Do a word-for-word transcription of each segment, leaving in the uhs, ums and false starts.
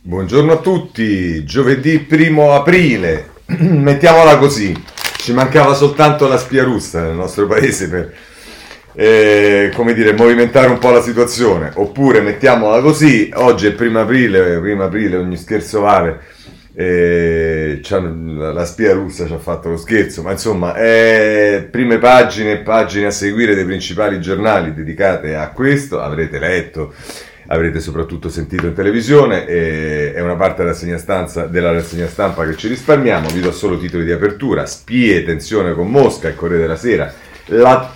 Buongiorno a tutti, giovedì primo aprile, mettiamola così, ci mancava soltanto la spia russa nel nostro paese per, eh, come dire, movimentare un po' la situazione, oppure mettiamola così, oggi è primo aprile, primo aprile, ogni scherzo vale, eh, la spia russa ci ha fatto lo scherzo, ma insomma, eh, prime pagine e pagine a seguire dei principali giornali dedicate a questo, avrete letto. Avrete soprattutto sentito in televisione, e è una parte della rassegna stampa, della rassegna stampa che ci risparmiamo. Vi do solo titoli di apertura: spie, tensione con Mosca, il Corriere della Sera, la...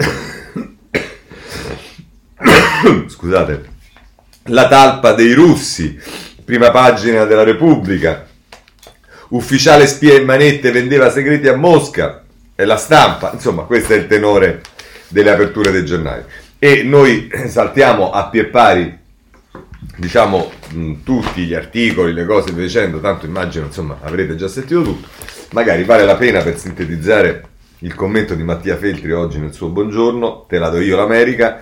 scusate, la talpa dei russi, prima pagina della Repubblica, ufficiale spia in manette vendeva segreti a Mosca, e la Stampa. Insomma, questo è il tenore delle aperture dei giornali, e noi saltiamo a pie pari, diciamo, mh, tutti gli articoli, le cose via dicendo, tanto immagino, insomma, avrete già sentito tutto. Magari vale la pena, per sintetizzare il commento di Mattia Feltri oggi nel suo Buongiorno, te la do io l'America,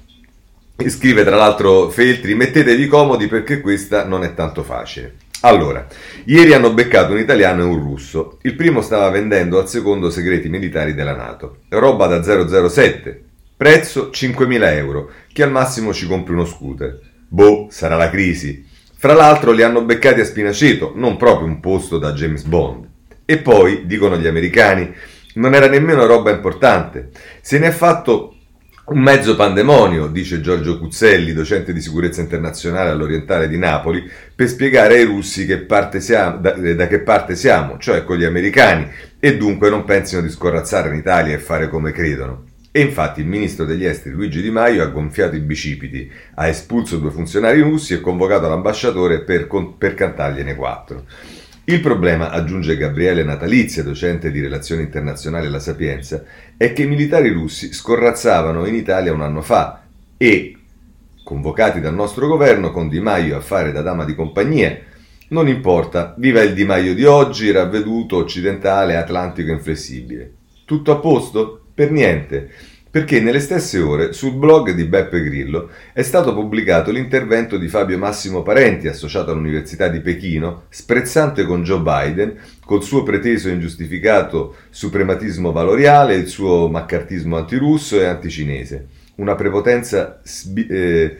e scrive tra l'altro Feltri: mettetevi comodi perché questa non è tanto facile. Allora, ieri hanno beccato un italiano e un russo. Il primo stava vendendo al secondo segreti militari della NATO, roba da zero zero sette, prezzo cinquemila euro, che al massimo ci compri uno scooter. Boh, sarà la crisi. Fra l'altro li hanno beccati a Spinaceto, non proprio un posto da James Bond. E poi, dicono gli americani, non era nemmeno roba importante. Se ne è fatto un mezzo pandemonio, dice Giorgio Cuzzelli, docente di sicurezza internazionale all'Orientale di Napoli, per spiegare ai russi che parte siamo, da, da che parte siamo, cioè con gli americani, e dunque non pensino di scorrazzare in Italia e fare come credono. E infatti il ministro degli esteri Luigi Di Maio ha gonfiato i bicipiti, ha espulso due funzionari russi e convocato l'ambasciatore per, per cantargliene quattro. Il problema, aggiunge Gabriele Natalizia, docente di relazioni internazionali alla Sapienza, è che i militari russi scorrazzavano in Italia un anno fa e, convocati dal nostro governo con Di Maio a fare da dama di compagnia, non importa, viva il Di Maio di oggi, ravveduto, occidentale, atlantico e inflessibile. Tutto a posto? Per niente, perché nelle stesse ore sul blog di Beppe Grillo è stato pubblicato l'intervento di Fabio Massimo Parenti, associato all'Università di Pechino, sprezzante con Joe Biden, col suo preteso e ingiustificato suprematismo valoriale, il suo maccartismo antirusso e anticinese, una prepotenza sbi- eh,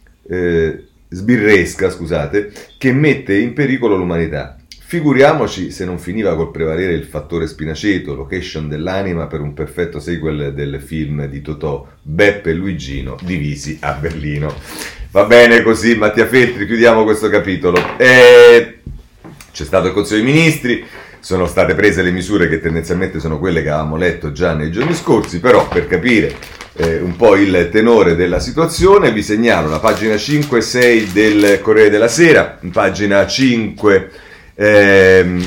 eh, sbirresca, scusate, che mette in pericolo l'umanità. Figuriamoci se non finiva col prevalere il fattore Spinaceto, location dell'anima per un perfetto sequel del film di Totò, Beppe e Luigino divisi a Berlino. Va bene così, Mattia Feltri, chiudiamo questo capitolo. E... c'è stato il Consiglio dei Ministri, sono state prese le misure che tendenzialmente sono quelle che avevamo letto già nei giorni scorsi, però per capire eh, un po' il tenore della situazione vi segnalo la pagina cinque e sei del Corriere della Sera, pagina cinque... Eh,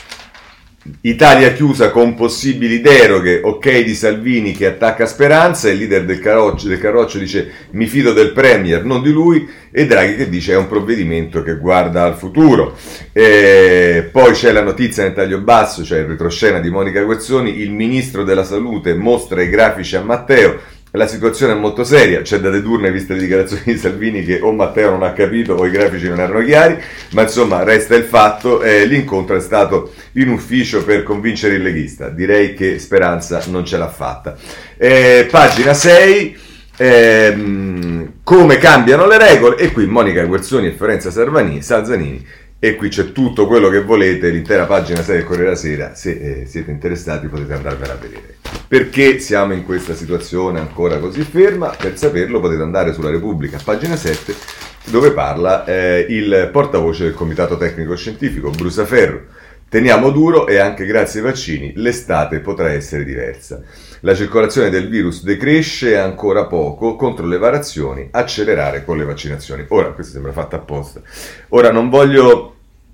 Italia chiusa con possibili deroghe, ok di Salvini che attacca Speranza, il leader del Carroccio, del Carroccio dice mi fido del Premier, non di lui, e Draghi che dice è un provvedimento che guarda al futuro. Eh, poi c'è la notizia nel taglio basso, cioè il retroscena di Monica Guerzoni, il ministro della salute mostra i grafici a Matteo. La situazione è molto seria, c'è da dedurne, viste le dichiarazioni di Salvini, che o Matteo non ha capito o i grafici non erano chiari, ma insomma resta il fatto, eh, l'incontro è stato in ufficio per convincere il leghista, direi che Speranza non ce l'ha fatta. Eh, pagina sei, ehm, come cambiano le regole, e qui Monica Guerzoni e Fiorenza Salzanini, e qui c'è tutto quello che volete, l'intera pagina sei del Corriere della Sera, se eh, siete interessati potete andarvela a vedere. Perché siamo in questa situazione ancora così ferma? Per saperlo potete andare sulla Repubblica, pagina sette, dove parla eh, il portavoce del Comitato Tecnico Scientifico, Brusaferro. Teniamo duro e anche grazie ai vaccini l'estate potrà essere diversa. La circolazione del virus decresce ancora poco, contro le variazioni, accelerare con le vaccinazioni. Ora, questo sembra fatto apposta. Ora, non voglio...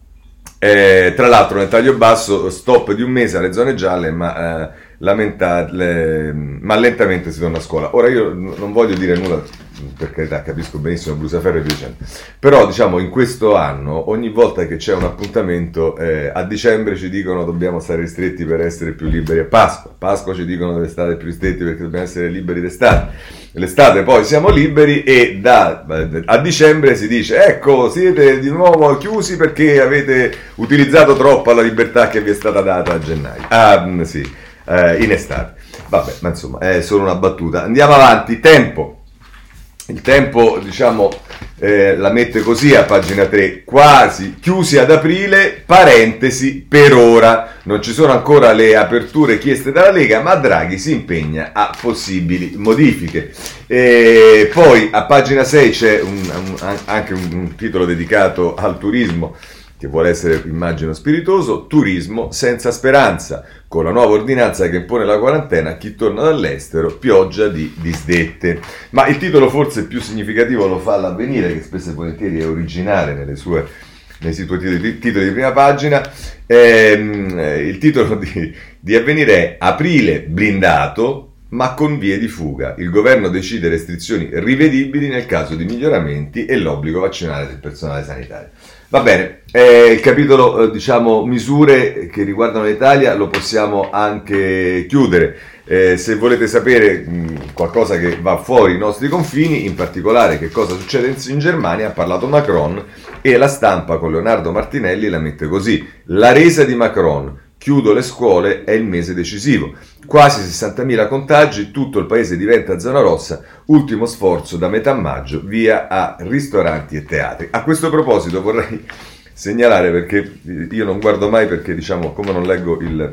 Eh, tra l'altro nel taglio basso, stop di un mese alle zone gialle, ma, eh, lamenta- le, ma lentamente si torna a scuola. Ora io n- non voglio dire nulla per carità, capisco benissimo Brusaferro e via dicendo. Però diciamo in questo anno, ogni volta che c'è un appuntamento, eh, a dicembre ci dicono dobbiamo stare ristretti per essere più liberi a Pasqua, a Pasqua ci dicono deve stare più ristretti perché dobbiamo essere liberi d'estate, l'estate poi siamo liberi e da, a dicembre si dice ecco siete di nuovo chiusi perché avete utilizzato troppo la libertà che vi è stata data a gennaio, ah sì, eh, in estate. Vabbè, ma insomma, è solo una battuta. Andiamo avanti. Tempo. Il Tempo, diciamo, eh, la mette così a pagina tre. Quasi chiusi ad aprile, parentesi, per ora. Non ci sono ancora le aperture chieste dalla Lega, ma Draghi si impegna a possibili modifiche. E poi a pagina sei c'è un, un, anche un, un titolo dedicato al turismo, che vuole essere, immagino, spiritoso. Turismo senza speranza. Con la nuova ordinanza che impone la quarantena a chi torna dall'estero, pioggia di disdette. Ma il titolo forse più significativo lo fa l'Avvenire, che spesso e volentieri è originale nelle sue, nei suoi titoli, titoli di prima pagina. Ehm, il titolo di, di Avvenire è Aprile blindato, ma con vie di fuga. Il governo decide restrizioni rivedibili nel caso di miglioramenti e l'obbligo vaccinale del personale sanitario. Va bene, eh, il capitolo, eh, diciamo, misure che riguardano l'Italia lo possiamo anche chiudere. Eh, se volete sapere mh, qualcosa che va fuori i nostri confini, in particolare che cosa succede in Germania, ha parlato Macron e La Stampa con Leonardo Martinelli la mette così. La resa di Macron. Chiudo le scuole, è il mese decisivo. Quasi sessantamila contagi, tutto il paese diventa zona rossa, ultimo sforzo da metà maggio, via a ristoranti e teatri. A questo proposito vorrei segnalare, perché io non guardo mai, perché diciamo, come non leggo il,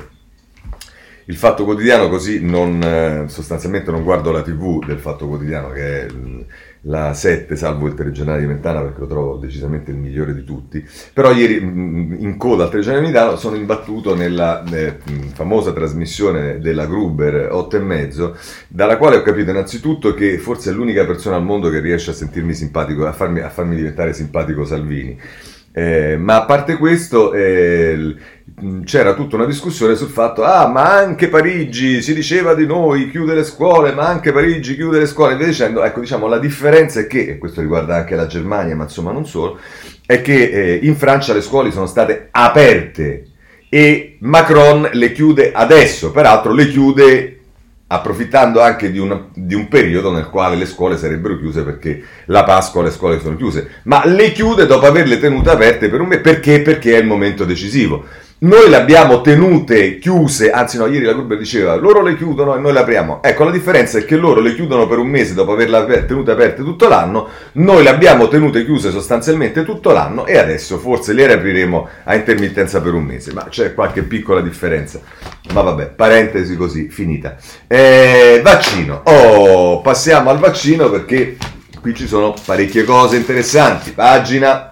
il Fatto Quotidiano, così non, sostanzialmente non guardo la tivù del Fatto Quotidiano, che è la sette, salvo il telegiornale di Mentana, perché lo trovo decisamente il migliore di tutti. Però ieri in coda al telegiornale di Mentana sono imbattuto nella eh, famosa trasmissione della Gruber otto e mezzo, dalla quale ho capito innanzitutto che forse è l'unica persona al mondo che riesce a sentirmi simpatico, a farmi, a farmi diventare simpatico Salvini. Eh, ma a parte questo, eh, c'era tutta una discussione sul fatto ah ma anche Parigi, si diceva di noi chiude le scuole, ma anche Parigi chiude le scuole, e via dicendo. Ecco, diciamo, la differenza è che, e questo riguarda anche la Germania, ma insomma non solo, è che eh, in Francia le scuole sono state aperte e Macron le chiude adesso, peraltro le chiude approfittando anche di un, di un periodo nel quale le scuole sarebbero chiuse, perché la Pasqua le scuole sono chiuse, ma le chiude dopo averle tenute aperte per un mese. Perché? Perché è il momento decisivo. Noi le abbiamo tenute chiuse, anzi no, ieri la Gruber diceva loro le chiudono e noi le apriamo. Ecco, la differenza è che loro le chiudono per un mese dopo averle tenute aperte tutto l'anno, noi le abbiamo tenute chiuse sostanzialmente tutto l'anno e adesso forse le riapriremo a intermittenza per un mese, ma c'è qualche piccola differenza. Ma vabbè, parentesi così, finita. Eh, vaccino. Oh, passiamo al vaccino, perché qui ci sono parecchie cose interessanti. Pagina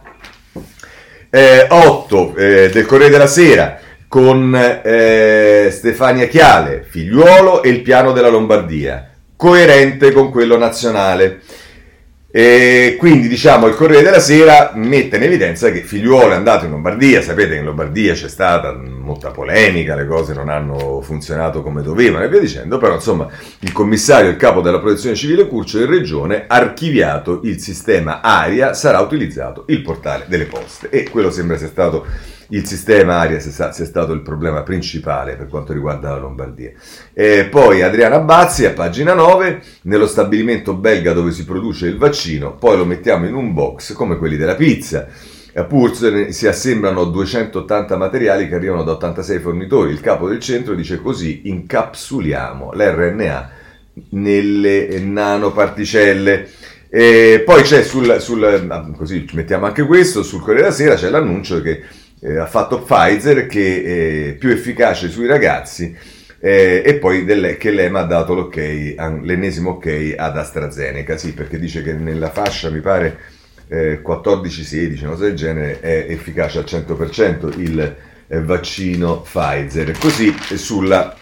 Eh, otto eh, del Corriere della Sera con eh, Stefania Chiale, figliuolo e il piano della Lombardia, coerente con quello nazionale. E quindi diciamo il Corriere della Sera mette in evidenza che Figliuolo è andato in Lombardia. Sapete che in Lombardia c'è stata molta polemica, le cose non hanno funzionato come dovevano e via dicendo, però insomma il commissario, il capo della protezione civile Curcio in regione, archiviato il sistema ARIA, sarà utilizzato il portale delle poste, e quello sembra sia stato il sistema ARIA, sia stato il problema principale per quanto riguarda la Lombardia. E poi Adriana Bazzi a pagina nove, nello stabilimento belga dove si produce il vaccino, poi lo mettiamo in un box come quelli della pizza. A Purz si assemblano duecentottanta materiali che arrivano da ottantasei fornitori. Il capo del centro dice così: incapsuliamo l'R N A nelle nanoparticelle. E poi c'è sul, sul così mettiamo anche questo, sul Corriere della Sera c'è l'annuncio che eh, ha fatto Pfizer, che è più efficace sui ragazzi, eh, e poi delle, che l'E M A ha dato l'ok, l'ennesimo ok ad AstraZeneca, sì, perché dice che nella fascia, mi pare, eh, quattordici sedici, una cosa del genere, è efficace al cento per cento il eh, vaccino Pfizer. Così sulla,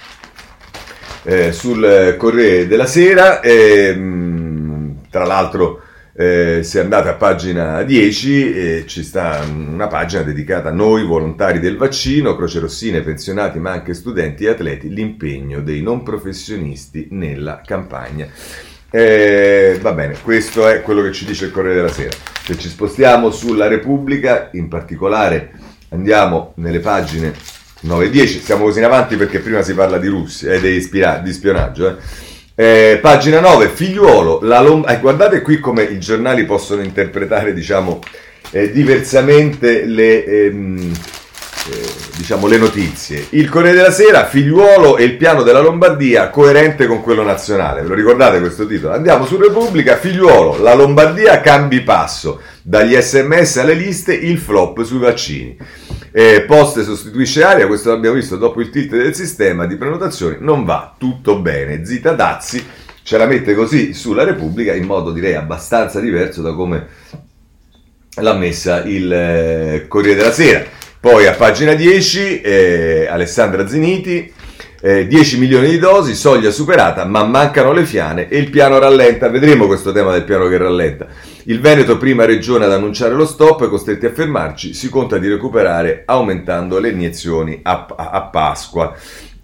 eh, sul Corriere della Sera, ehm, tra l'altro, Eh, se andate a pagina dieci eh, ci sta una pagina dedicata a noi volontari del vaccino, crocerossine, pensionati ma anche studenti e atleti, l'impegno dei non professionisti nella campagna. Eh, va bene, questo è quello che ci dice il Corriere della Sera. Se ci spostiamo sulla Repubblica, in particolare andiamo nelle pagine nove e dieci, siamo così in avanti perché prima si parla di Russia e eh, di, spira- di spionaggio. Eh. Eh, pagina nove, figliuolo, la Lom- eh, guardate qui come i giornali possono interpretare, diciamo, eh, diversamente le... Ehm, Eh, diciamo le notizie. Il Corriere della Sera, figliuolo e il piano della Lombardia coerente con quello nazionale. Ve lo ricordate questo titolo? Andiamo su Repubblica, figliuolo, la Lombardia cambi passo, dagli sms alle liste, il flop sui vaccini. Eh, Poste sostituisce Aria, questo l'abbiamo visto dopo il tilt del sistema di prenotazioni, non va tutto bene. Zita Dazzi ce la mette così sulla Repubblica in modo direi abbastanza diverso da come l'ha messa il eh, Corriere della Sera. Poi a pagina dieci, eh, Alessandra Ziniti, eh, dieci milioni di dosi, soglia superata, ma mancano le fiane e il piano rallenta. Vedremo questo tema del piano che rallenta. Il Veneto, prima regione ad annunciare lo stop, costretti a fermarci, si conta di recuperare aumentando le iniezioni a, a, a Pasqua.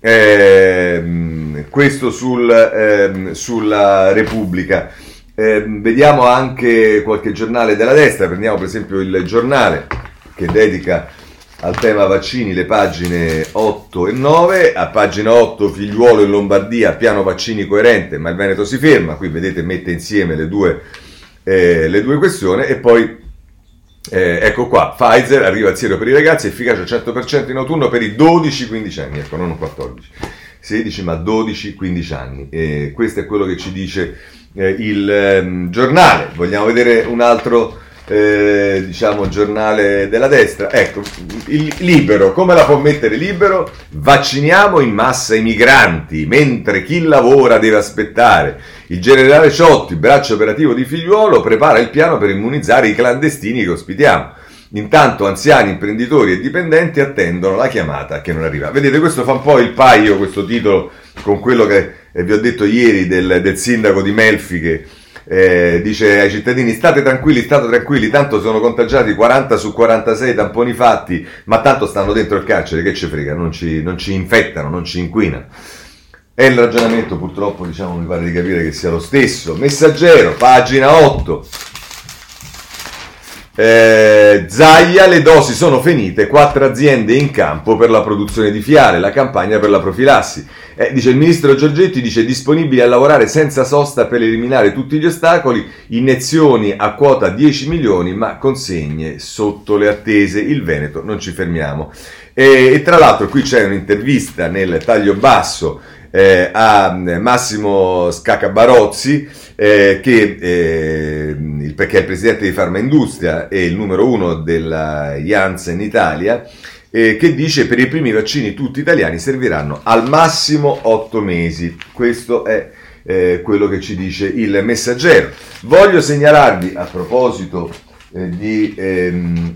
Eh, questo sul, eh, sulla Repubblica. Eh, vediamo anche qualche giornale della destra, prendiamo per esempio il Giornale che dedica al tema vaccini le pagine otto e nove. A pagina otto, figliuolo in Lombardia, piano vaccini coerente, ma il Veneto si ferma. Qui vedete mette insieme le due, eh, le due questioni. E poi eh, ecco qua, Pfizer arriva al siero per i ragazzi, efficacia al cento per cento in autunno per i dodici quindici anni, ecco, non quattordici sedici ma dodici quindici anni. E questo è quello che ci dice eh, il eh, Giornale. Vogliamo vedere un altro Eh, diciamo giornale della destra. Ecco, il Libero, come la può mettere Libero? Vacciniamo in massa i migranti mentre chi lavora deve aspettare. Il generale Ciotti, braccio operativo di Figliuolo, prepara il piano per immunizzare i clandestini che ospitiamo. Intanto anziani, imprenditori e dipendenti attendono la chiamata che non arriva. Vedete, questo fa un po' il paio, questo titolo, con quello che eh, vi ho detto ieri del, del sindaco di Melfi che Eh, dice ai cittadini: state tranquilli, state tranquilli, tanto sono contagiati quaranta su quarantasei tamponi fatti, ma tanto stanno dentro il carcere, che ci frega, non ci, non ci infettano, non ci inquinano. E il ragionamento purtroppo, diciamo, mi pare di capire che sia lo stesso. Messaggero, pagina otto. Eh, Zaia, le dosi sono finite, quattro aziende in campo per la produzione di fiale, la campagna per la profilassi. Eh, dice il ministro Giorgetti, dice disponibili a lavorare senza sosta per eliminare tutti gli ostacoli, iniezioni a quota dieci milioni, ma consegne sotto le attese. Il Veneto, non ci fermiamo. E, e tra l'altro qui c'è un'intervista nel taglio basso eh, a Massimo Scaccabarozzi, eh, che, eh, perché è il presidente di Farmaindustria e il numero uno della Janssen Italia, eh, che dice: per i primi vaccini tutti italiani serviranno al massimo otto mesi. Questo è eh, quello che ci dice il Messaggero. Voglio segnalarvi a proposito eh, di ehm,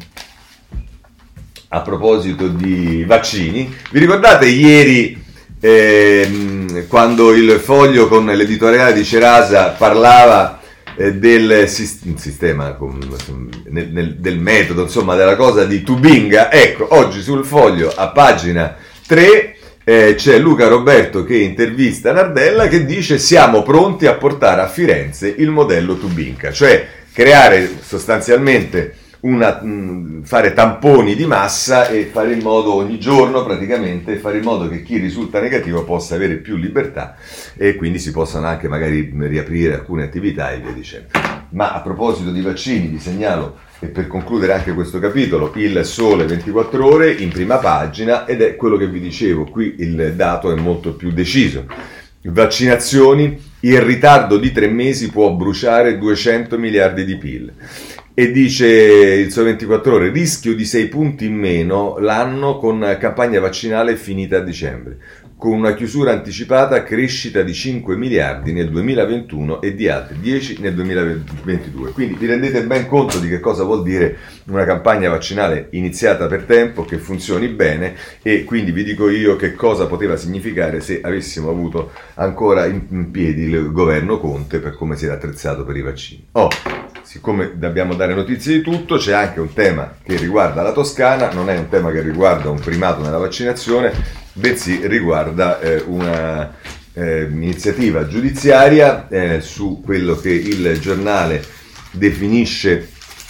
a proposito di vaccini, vi ricordate ieri ehm, quando il Foglio con l'editoriale di Cerasa parlava eh, del sistema, con, nel, nel, del metodo, insomma della cosa di Tubinga? Ecco, oggi sul Foglio a pagina tre eh, c'è Luca Roberto che intervista Nardella, che dice: siamo pronti a portare a Firenze il modello Tubinga, cioè creare sostanzialmente una, mh, fare tamponi di massa e fare in modo ogni giorno praticamente fare in modo che chi risulta negativo possa avere più libertà e quindi si possano anche magari riaprire alcune attività e via dicendo. Ma a proposito di vaccini vi segnalo, e per concludere anche questo capitolo, il Sole ventiquattro Ore in prima pagina, ed è quello che vi dicevo, qui il dato è molto più deciso. Vaccinazioni, il ritardo di tre mesi può bruciare duecento miliardi di P I L. E dice il Sole ventiquattro Ore, rischio di sei punti in meno l'anno con campagna vaccinale finita a dicembre, con una chiusura anticipata, crescita di cinque miliardi nel duemilaventuno e di altri dieci nel duemilaventidue. Quindi vi rendete ben conto di che cosa vuol dire una campagna vaccinale iniziata per tempo, che funzioni bene, e quindi vi dico io che cosa poteva significare se avessimo avuto ancora in, in piedi il governo Conte per come si era attrezzato per i vaccini. Oh, siccome dobbiamo dare notizie di tutto, c'è anche un tema che riguarda la Toscana, non è un tema che riguarda un primato nella vaccinazione, bensì riguarda eh, una, eh, iniziativa giudiziaria eh, su quello che il giornale definisce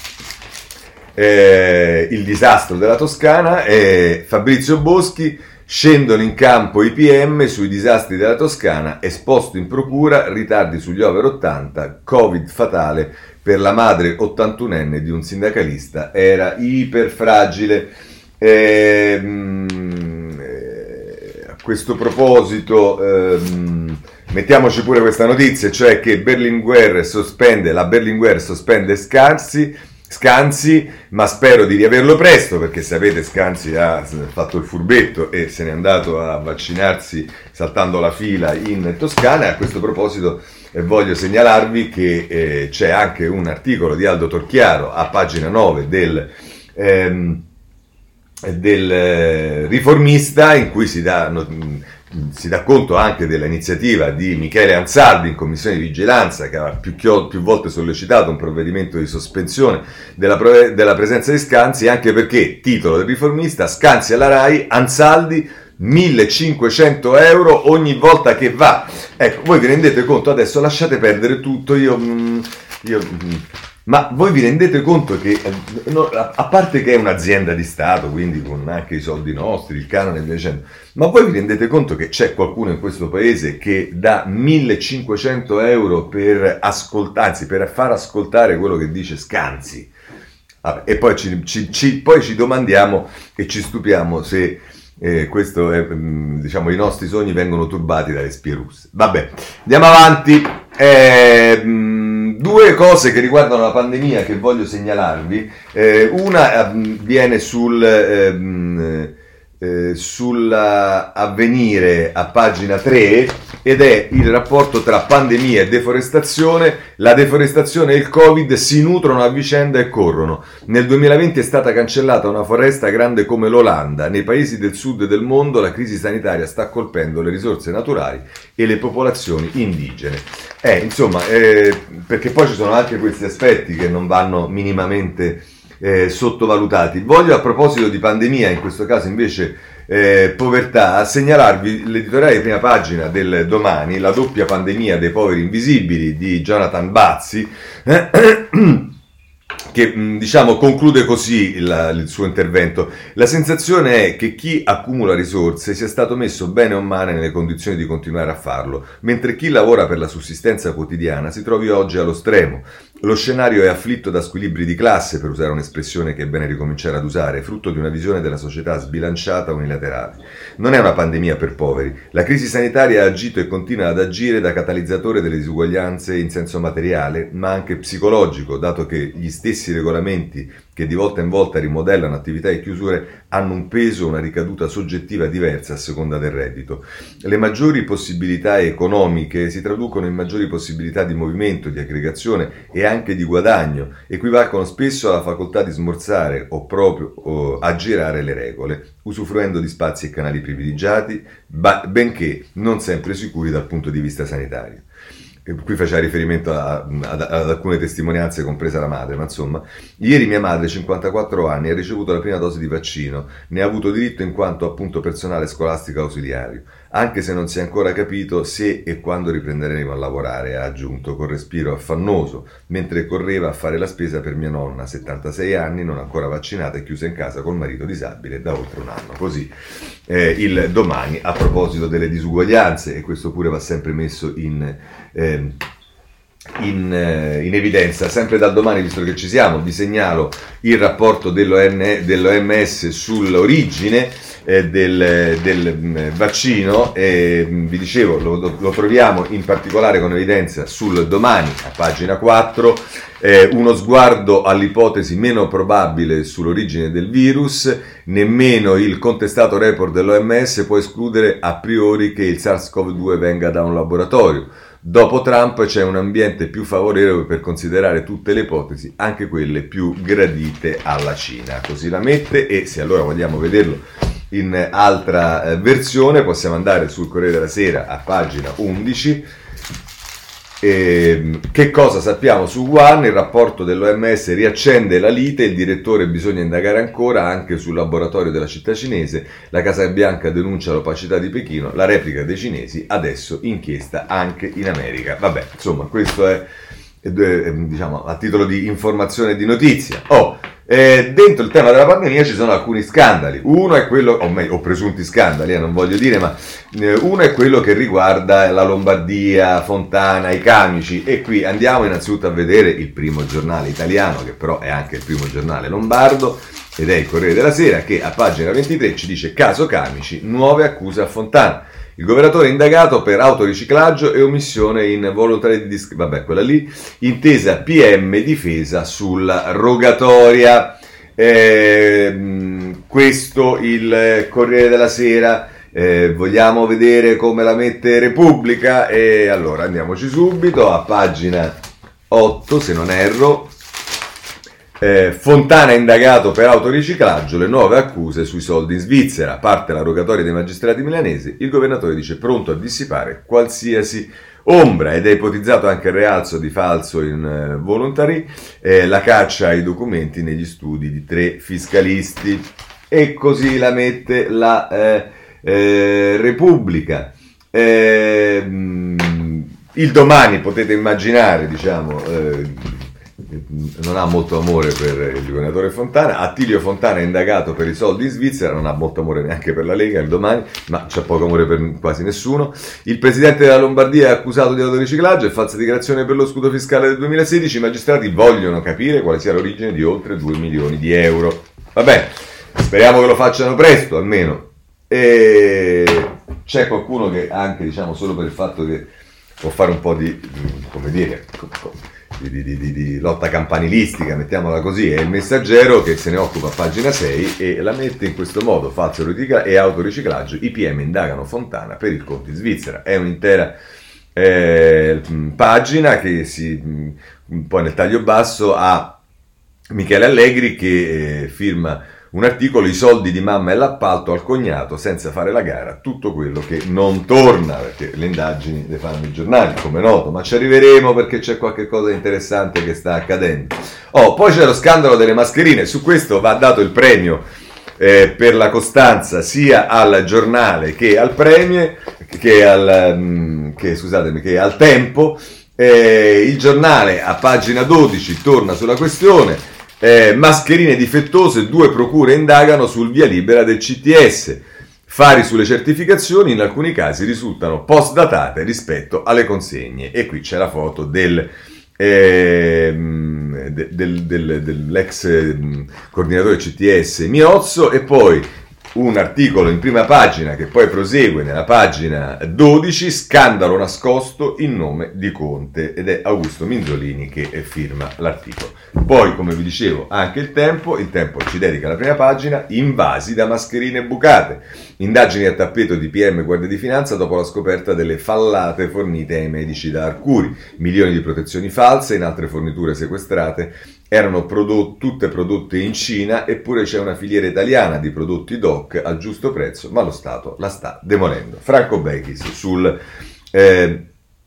eh, il disastro della Toscana. eh, Fabrizio Boschi: scendono in campo i P M sui disastri della Toscana, esposto in procura, ritardi sugli over ottanta, Covid fatale per la madre ottantunenne di un sindacalista, era iperfragile. Ehm, eh, a questo proposito ehm, mettiamoci pure questa notizia, cioè che Berlinguer sospende, la Berlinguer sospende Scanzi, Scanzi, ma spero di riaverlo presto, perché sapete Scanzi ha fatto il furbetto e se n'è andato a vaccinarsi saltando la fila in Toscana. E a questo proposito eh, voglio segnalarvi che eh, c'è anche un articolo di Aldo Torchiaro a pagina nove del, ehm, del eh, Riformista, in cui si dà... No, si dà conto anche dell'iniziativa di Michele Ansaldi in commissione di vigilanza, che aveva più, più volte sollecitato un provvedimento di sospensione della, della presenza di Scanzi, anche perché, titolo del Riformista, Scanzi alla Rai, Ansaldi millecinquecento euro ogni volta che va. Ecco, voi vi rendete conto, adesso lasciate perdere tutto, io... io ma voi vi rendete conto che, no, a parte che è un'azienda di Stato, quindi con anche i soldi nostri, il canone e via dicendo, ma voi vi rendete conto che c'è qualcuno in questo paese che dà millecinquecento euro per ascoltare, anzi per far ascoltare quello che dice Scanzi? Vabbè, e poi ci, ci, ci, poi ci domandiamo e ci stupiamo se eh, questo è, diciamo, i nostri sogni vengono turbati dalle spie russe. Vabbè, andiamo avanti. Eh, Due cose che riguardano la pandemia che voglio segnalarvi. Eh, una eh, viene sul eh, eh, sull'Avvenire a pagina tre ed è il rapporto tra pandemia e deforestazione. La deforestazione e il Covid si nutrono a vicenda e corrono. Nel duemilaventi è stata cancellata una foresta grande come l'Olanda. Nei paesi del sud del mondo la crisi sanitaria sta colpendo le risorse naturali e le popolazioni indigene. Eh, insomma, eh, perché poi ci sono anche questi aspetti che non vanno minimamente eh, sottovalutati. Voglio, a proposito di pandemia, in questo caso invece eh, povertà, segnalarvi l'editoriale di prima pagina del Domani, La doppia pandemia dei poveri invisibili di Jonathan Bazzi, eh, che diciamo conclude così il, il suo intervento. La sensazione è che chi accumula risorse sia stato messo bene o male nelle condizioni di continuare a farlo, mentre chi lavora per la sussistenza quotidiana si trovi oggi allo stremo. Lo scenario è afflitto da squilibri di classe, per usare un'espressione che è bene ricominciare ad usare, frutto di una visione della società sbilanciata unilaterale. Non è una pandemia per poveri. La crisi sanitaria ha agito e continua ad agire da catalizzatore delle disuguaglianze in senso materiale, ma anche psicologico, dato che gli stessi regolamenti che di volta in volta rimodellano attività e chiusure hanno un peso, una ricaduta soggettiva diversa a seconda del reddito. Le maggiori possibilità economiche si traducono in maggiori possibilità di movimento, di aggregazione e anche di guadagno, equivalgono spesso alla facoltà di smorzare o proprio o aggirare le regole, usufruendo di spazi e canali privilegiati, benché non sempre sicuri dal punto di vista sanitario. Qui faceva riferimento a, ad, ad alcune testimonianze, compresa la madre, ma insomma, ieri mia madre, cinquantaquattro anni, ha ricevuto la prima dose di vaccino, ne ha avuto diritto in quanto appunto personale scolastico ausiliario, anche se non si è ancora capito se e quando riprenderemo a lavorare, ha aggiunto con respiro affannoso, mentre correva a fare la spesa per mia nonna, settantasei anni, non ancora vaccinata e chiusa in casa col marito disabile da oltre un anno. Così eh, il Domani a proposito delle disuguaglianze, e questo pure va sempre messo in... Eh, In, in evidenza. Sempre dal Domani, visto che ci siamo, vi segnalo il rapporto dell'O M S sull'origine eh, del, del vaccino, e vi dicevo lo, lo troviamo in particolare con evidenza sul Domani a pagina quattro. Eh, uno sguardo all'ipotesi meno probabile sull'origine del virus. Nemmeno il contestato report dell'O M S può escludere a priori che il SARS-CoV due venga da un laboratorio. Dopo Trump c'è un ambiente più favorevole per considerare tutte le ipotesi, anche quelle più gradite alla Cina. Così la mette, e se allora vogliamo vederlo in altra eh, versione possiamo andare sul Corriere della Sera a pagina undici. Eh, che cosa sappiamo su Wuhan? Il rapporto dell'O M S riaccende la lite, il direttore bisogna indagare ancora anche sul laboratorio della città cinese, la Casa Bianca denuncia l'opacità di Pechino, la replica dei cinesi, adesso inchiesta anche in America. Vabbè, insomma, questo è, è diciamo a titolo di informazione e di notizia. Oh, Eh, dentro il tema della pandemia ci sono alcuni scandali. Uno è quello, o, meglio, o presunti scandali, eh, non voglio dire, ma eh, uno è quello che riguarda la Lombardia, Fontana, i camici. E qui andiamo innanzitutto a vedere il primo giornale italiano, che però è anche il primo giornale lombardo, ed è il Corriere della Sera, che a pagina ventitré ci dice: caso Camici, nuove accuse a Fontana. Il governatore è indagato per autoriciclaggio e omissione in voluntary disc... Vabbè, quella lì. Intesa P M difesa sulla rogatoria. Eh, questo il Corriere della Sera. Eh, vogliamo vedere come la mette Repubblica? E allora andiamoci subito a pagina otto, se non erro. Eh, Fontana indagato per autoriciclaggio, le nuove accuse sui soldi in Svizzera, parte la rogatoria dei magistrati milanesi, il governatore dice pronto a dissipare qualsiasi ombra ed è ipotizzato anche il rialzo di falso in eh, voluntary, eh, la caccia ai documenti negli studi di tre fiscalisti, e così la mette la eh, eh, Repubblica. Eh, il Domani, potete immaginare, diciamo... Eh, non ha molto amore per il governatore Fontana. Attilio Fontana è indagato per i soldi in Svizzera, non ha molto amore neanche per la Lega, il Domani, ma c'è poco amore per quasi nessuno. Il presidente della Lombardia è accusato di autoriciclaggio e falsa dichiarazione per lo scudo fiscale del duemilasedici. I magistrati vogliono capire quale sia l'origine di oltre due milioni di euro. Vabbè, speriamo che lo facciano presto almeno. E c'è qualcuno che anche, diciamo, solo per il fatto che può fare un po' di, come dire, Di, di, di, di lotta campanilistica, mettiamola così, è il Messaggero che se ne occupa a pagina sei e la mette in questo modo: falso e autoriciclaggio, i P M indagano Fontana per il conto in Svizzera. È un'intera eh, pagina che si poi nel taglio basso ha Michele Allegri che eh, firma un articolo: i soldi di mamma e l'appalto al cognato senza fare la gara, tutto quello che non torna, perché le indagini le fanno i giornali, come noto, ma ci arriveremo perché c'è qualche cosa interessante che sta accadendo. Oh, poi c'è lo scandalo delle mascherine, su questo va dato il premio eh, per la costanza sia al giornale che al premio, che al, mh, che, scusatemi, che al Tempo. Eh, il giornale a pagina dodici torna sulla questione. Eh, mascherine difettose, due procure indagano sul via libera del C T S. Fari sulle certificazioni in alcuni casi risultano post-datate rispetto alle consegne. E qui c'è la foto del, eh, del, del, dell'ex eh, coordinatore C T S Miozzo, e poi un articolo in prima pagina che poi prosegue nella pagina dodici: scandalo nascosto in nome di Conte, ed è Augusto Minzolini che firma l'articolo. Poi, come vi dicevo, anche il Tempo, il Tempo ci dedica la prima pagina: invasi da mascherine bucate, indagini a tappeto di P M e Guardia di Finanza dopo la scoperta delle fallate fornite ai medici da Arcuri, milioni di protezioni false in altre forniture sequestrate. Erano prodot- tutte prodotte in Cina, eppure c'è una filiera italiana di prodotti D O C al giusto prezzo, ma lo Stato la sta demolendo. Franco Bechis sul, eh,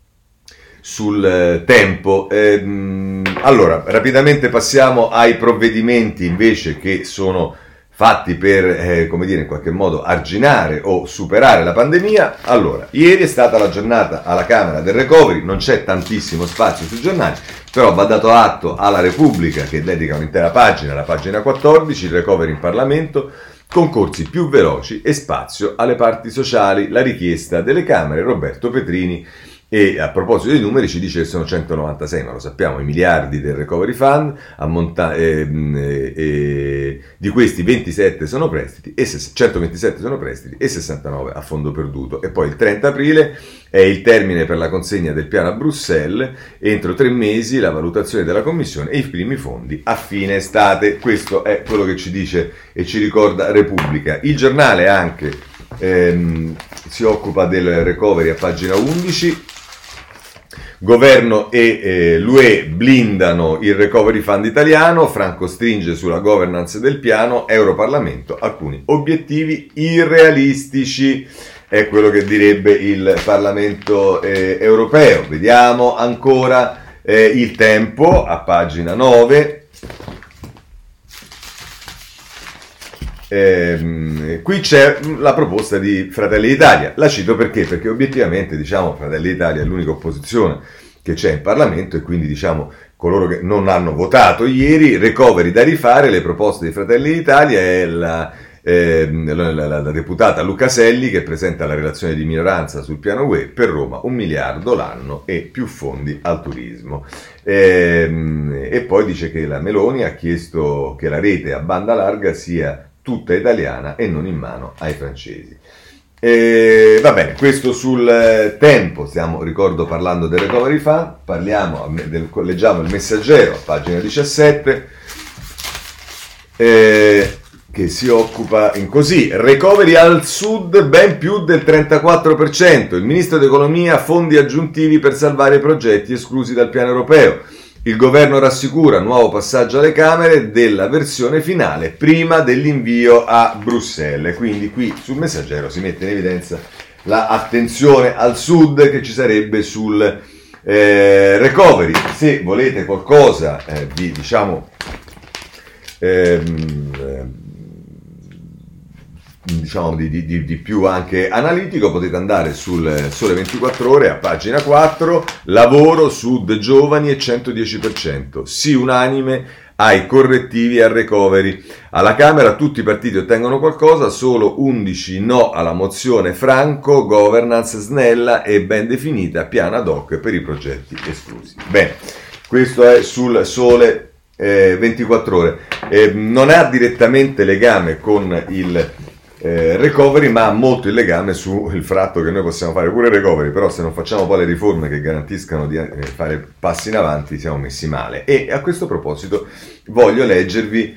sul eh, Tempo. Eh, allora, rapidamente passiamo ai provvedimenti invece che sono fatti per, eh, come dire, in qualche modo arginare o superare la pandemia. Allora, ieri è stata la giornata alla Camera del Recovery, non c'è tantissimo spazio sui giornali, però va dato atto alla Repubblica che dedica un'intera pagina, la pagina quattordici, il recovery in Parlamento, concorsi più veloci e spazio alle parti sociali, la richiesta delle Camere, Roberto Petrini. E a proposito dei numeri ci dice che sono centonovantasei, ma lo sappiamo, i miliardi del Recovery Fund, ammonta- eh, eh, di questi ventisette sono prestiti, e centoventisette sono prestiti e sessantanove a fondo perduto. E poi il trenta aprile è il termine per la consegna del piano a Bruxelles, entro tre mesi la valutazione della Commissione e i primi fondi a fine estate. Questo è quello che ci dice e ci ricorda Repubblica. Il giornale anche ehm, si occupa del recovery a pagina undici. Governo e eh, l'U E blindano il recovery fund italiano, Franco stringe sulla governance del piano, Europarlamento, alcuni obiettivi irrealistici. è quello che direbbe il Parlamento eh, europeo. Vediamo ancora eh, Il Tempo a pagina nove. Eh, qui c'è la proposta di Fratelli d'Italia, la cito perché? Perché obiettivamente, diciamo, Fratelli d'Italia è l'unica opposizione che c'è in Parlamento e quindi, diciamo, coloro che non hanno votato ieri, recovery da rifare, le proposte di Fratelli d'Italia è la, eh, la, la, la deputata Lucaselli che presenta la relazione di minoranza sul piano U E per Roma, un miliardo l'anno e più fondi al turismo. Eh, e poi dice che la Meloni ha chiesto che la rete a banda larga sia tutta italiana e non in mano ai francesi. E, va bene, questo sul Tempo, stiamo, ricordo, parlando del Recovery Fund, parliamo, del, leggiamo il Messaggero, a pagina diciassette, eh, che si occupa in così, recovery al sud ben più del trentaquattro per cento, il ministro d'Economia fondi aggiuntivi per salvare i progetti esclusi dal piano europeo. Il governo rassicura nuovo passaggio alle Camere della versione finale prima dell'invio a Bruxelles. Quindi qui sul Messaggero si mette in evidenza l'attenzione al sud che ci sarebbe sul eh, recovery. Se volete qualcosa eh, di, diciamo, ehm, diciamo di, di, di più anche analitico, potete andare sul Sole ventiquattro Ore a pagina quattro, lavoro, sud, giovani e centodieci per cento, sì unanime ai correttivi al recovery. Alla Camera tutti i partiti ottengono qualcosa, solo undici no alla mozione Franco, governance snella e ben definita, piano ad hoc per i progetti esclusi. Bene, questo è sul Sole eh, ventiquattro Ore. Eh, non ha direttamente legame con il Eh, recovery, ma ha molto il legame sul fatto che noi possiamo fare pure recovery, però se non facciamo poi le riforme che garantiscano di eh, fare passi in avanti siamo messi male. E a questo proposito voglio leggervi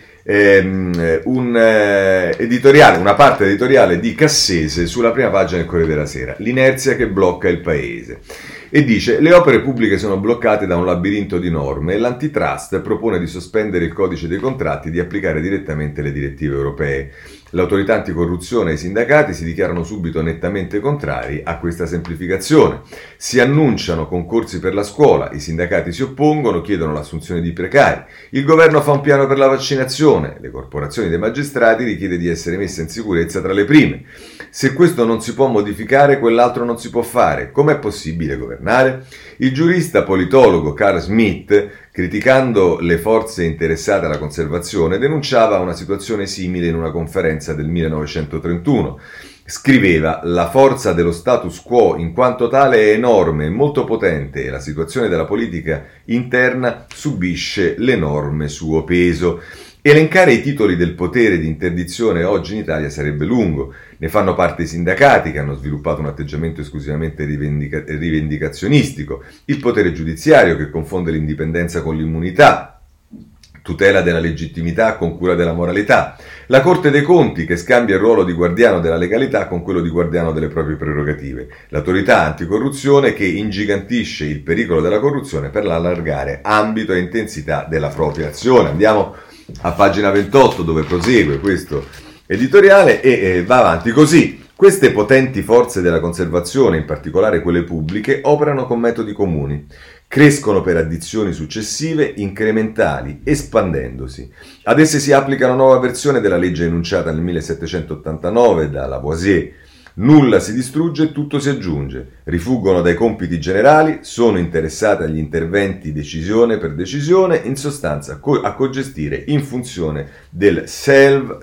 ehm, un eh, editoriale, una parte editoriale di Cassese sulla prima pagina del Corriere della Sera, l'inerzia che blocca il paese. E dice: le opere pubbliche sono bloccate da un labirinto di norme e l'antitrust propone di sospendere il codice dei contratti e di applicare direttamente le direttive europee. L'autorità anticorruzione e i sindacati si dichiarano subito nettamente contrari a questa semplificazione. Si annunciano concorsi per la scuola, i sindacati si oppongono, chiedono l'assunzione di precari. Il governo fa un piano per la vaccinazione, le corporazioni dei magistrati richiede di essere messe in sicurezza tra le prime. Se questo non si può modificare, quell'altro non si può fare. Com'è possibile governare? Il giurista politologo Carl Schmitt, criticando le forze interessate alla conservazione, denunciava una situazione simile in una conferenza del millenovecentotrentuno. Scriveva: la forza dello status quo in quanto tale è enorme e molto potente e la situazione della politica interna subisce l'enorme suo peso. Elencare i titoli del potere di interdizione oggi in Italia sarebbe lungo. Ne fanno parte i sindacati, che hanno sviluppato un atteggiamento esclusivamente rivendica- rivendicazionistico, il potere giudiziario, che confonde l'indipendenza con l'immunità, tutela della legittimità con cura della moralità, la Corte dei Conti, che scambia il ruolo di guardiano della legalità con quello di guardiano delle proprie prerogative, l'autorità anticorruzione, che ingigantisce il pericolo della corruzione per allargare ambito e intensità della propria azione. Andiamo a pagina ventotto, dove prosegue questo editoriale e eh, va avanti così. Queste potenti forze della conservazione, in particolare quelle pubbliche, operano con metodi comuni, crescono per addizioni successive, incrementali, espandendosi. Ad esse si applica una nuova versione della legge enunciata nel millesettecentottantanove da Lavoisier. Nulla si distrugge, tutto si aggiunge. Rifuggono dai compiti generali, sono interessate agli interventi decisione per decisione, in sostanza a cogestire in funzione del self,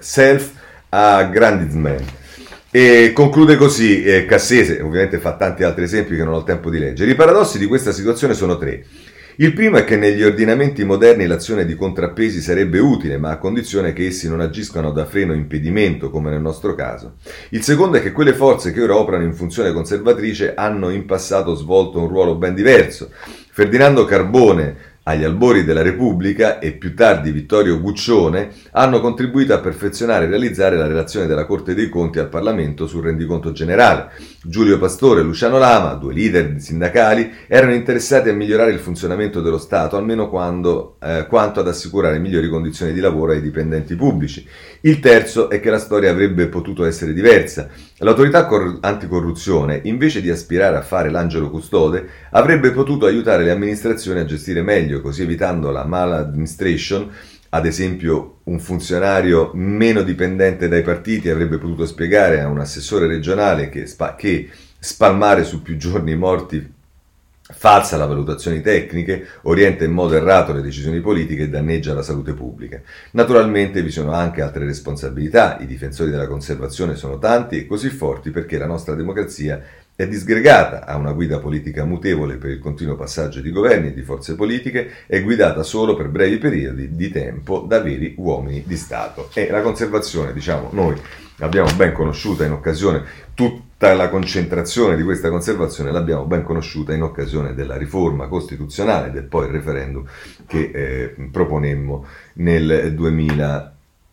self-aggrandizement. E conclude così eh, Cassese, ovviamente fa tanti altri esempi che non ho il tempo di leggere. I paradossi di questa situazione sono tre. Il primo è che negli ordinamenti moderni l'azione di contrappesi sarebbe utile, ma a condizione che essi non agiscano da freno o impedimento, come nel nostro caso. Il secondo è che quelle forze che ora operano in funzione conservatrice hanno in passato svolto un ruolo ben diverso. Ferdinando Carbone, agli albori della Repubblica, e più tardi Vittorio Guccione, hanno contribuito a perfezionare e realizzare la relazione della Corte dei Conti al Parlamento sul rendiconto generale. Giulio Pastore e Luciano Lama, due leader sindacali, erano interessati a migliorare il funzionamento dello Stato, almeno quando, eh, quanto ad assicurare migliori condizioni di lavoro ai dipendenti pubblici. Il terzo è che la storia avrebbe potuto essere diversa. L'autorità cor- anticorruzione, invece di aspirare a fare l'angelo custode, avrebbe potuto aiutare le amministrazioni a gestire meglio, così evitando la maladministration. Ad esempio, un funzionario meno dipendente dai partiti avrebbe potuto spiegare a un assessore regionale che, spa- che spalmare su più giorni morti falsa le valutazioni tecniche, orienta in modo errato le decisioni politiche e danneggia la salute pubblica. Naturalmente vi sono anche altre responsabilità. I difensori della conservazione sono tanti e così forti perché la nostra democrazia è disgregata, ha una guida politica mutevole per il continuo passaggio di governi e di forze politiche, è guidata solo per brevi periodi di tempo da veri uomini di Stato. E la conservazione, diciamo, noi l'abbiamo ben conosciuta in occasione, tutta la concentrazione di questa conservazione l'abbiamo ben conosciuta in occasione della riforma costituzionale, del poi il referendum che eh, proponemmo nel duemilasedici.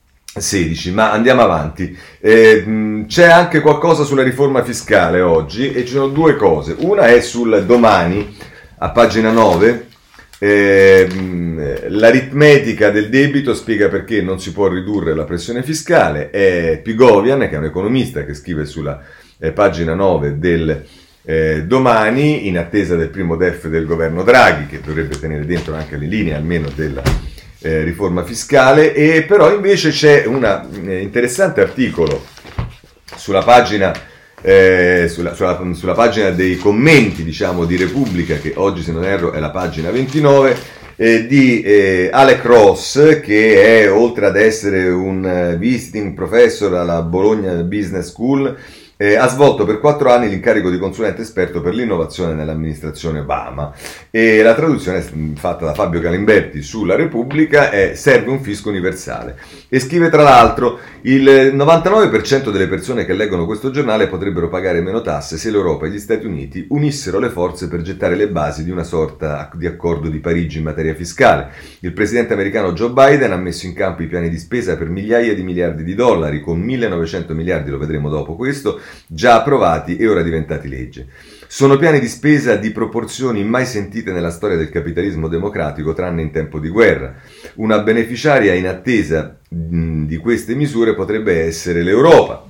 Ma andiamo avanti. Eh, c'è anche qualcosa sulla riforma fiscale oggi e ci sono due cose. Una è sul Domani, a pagina nove. Eh, l'aritmetica del debito spiega perché non si può ridurre la pressione fiscale. È Pigovian, che è un economista che scrive sulla eh, pagina nove del eh, Domani, in attesa del primo D E F del governo Draghi, che dovrebbe tenere dentro anche le linee almeno della eh, riforma fiscale. E però invece c'è un eh, interessante articolo sulla pagina Eh, sulla, sulla, sulla pagina dei commenti, diciamo, di Repubblica, che oggi, se non erro, è la pagina ventinove, eh, di eh, Alec Ross, che è, oltre ad essere un uh, visiting professor alla Bologna Business School, eh, ha svolto per quattro anni l'incarico di consulente esperto per l'innovazione nell'amministrazione Obama. E la traduzione fatta da Fabio Galimberti sulla Repubblica è: serve un fisco universale. E scrive tra l'altro: il novantanove per cento delle persone che leggono questo giornale potrebbero pagare meno tasse se l'Europa e gli Stati Uniti unissero le forze per gettare le basi di una sorta di accordo di Parigi in materia fiscale. Il presidente americano Joe Biden ha messo in campo i piani di spesa per migliaia di miliardi di dollari, con millenovecento miliardi, lo vedremo dopo questo, già approvati e ora diventati legge. Sono piani di spesa di proporzioni mai sentite nella storia del capitalismo democratico, tranne in tempo di guerra. Una beneficiaria in attesa mh, di queste misure potrebbe essere l'Europa,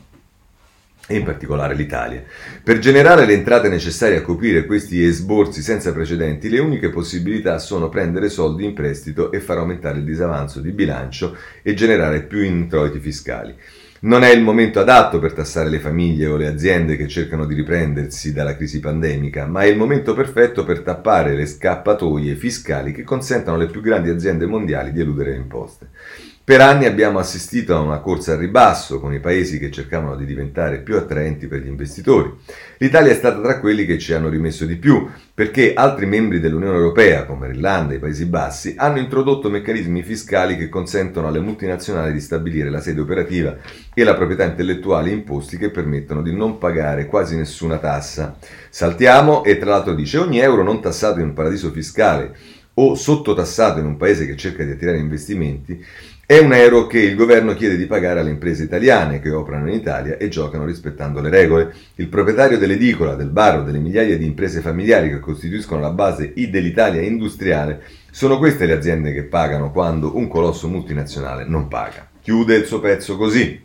e in particolare l'Italia. Per generare le entrate necessarie a coprire questi esborsi senza precedenti, le uniche possibilità sono prendere soldi in prestito e far aumentare il disavanzo di bilancio e generare più introiti fiscali. Non è il momento adatto per tassare le famiglie o le aziende che cercano di riprendersi dalla crisi pandemica, ma è il momento perfetto per tappare le scappatoie fiscali che consentano alle più grandi aziende mondiali di eludere le imposte. Per anni abbiamo assistito a una corsa al ribasso con i paesi che cercavano di diventare più attraenti per gli investitori. L'Italia è stata tra quelli che ci hanno rimesso di più, perché altri membri dell'Unione Europea, come l'Irlanda e i Paesi Bassi, hanno introdotto meccanismi fiscali che consentono alle multinazionali di stabilire la sede operativa e la proprietà intellettuale imposti che permettono di non pagare quasi nessuna tassa. Saltiamo, e tra l'altro dice: ogni euro non tassato in un paradiso fiscale o sottotassato in un paese che cerca di attirare investimenti è un euro che il governo chiede di pagare alle imprese italiane che operano in Italia e giocano rispettando le regole. Il proprietario dell'edicola, del bar o delle migliaia di imprese familiari che costituiscono la base dell'Italia industriale, sono queste le aziende che pagano quando un colosso multinazionale non paga. Chiude il suo pezzo così: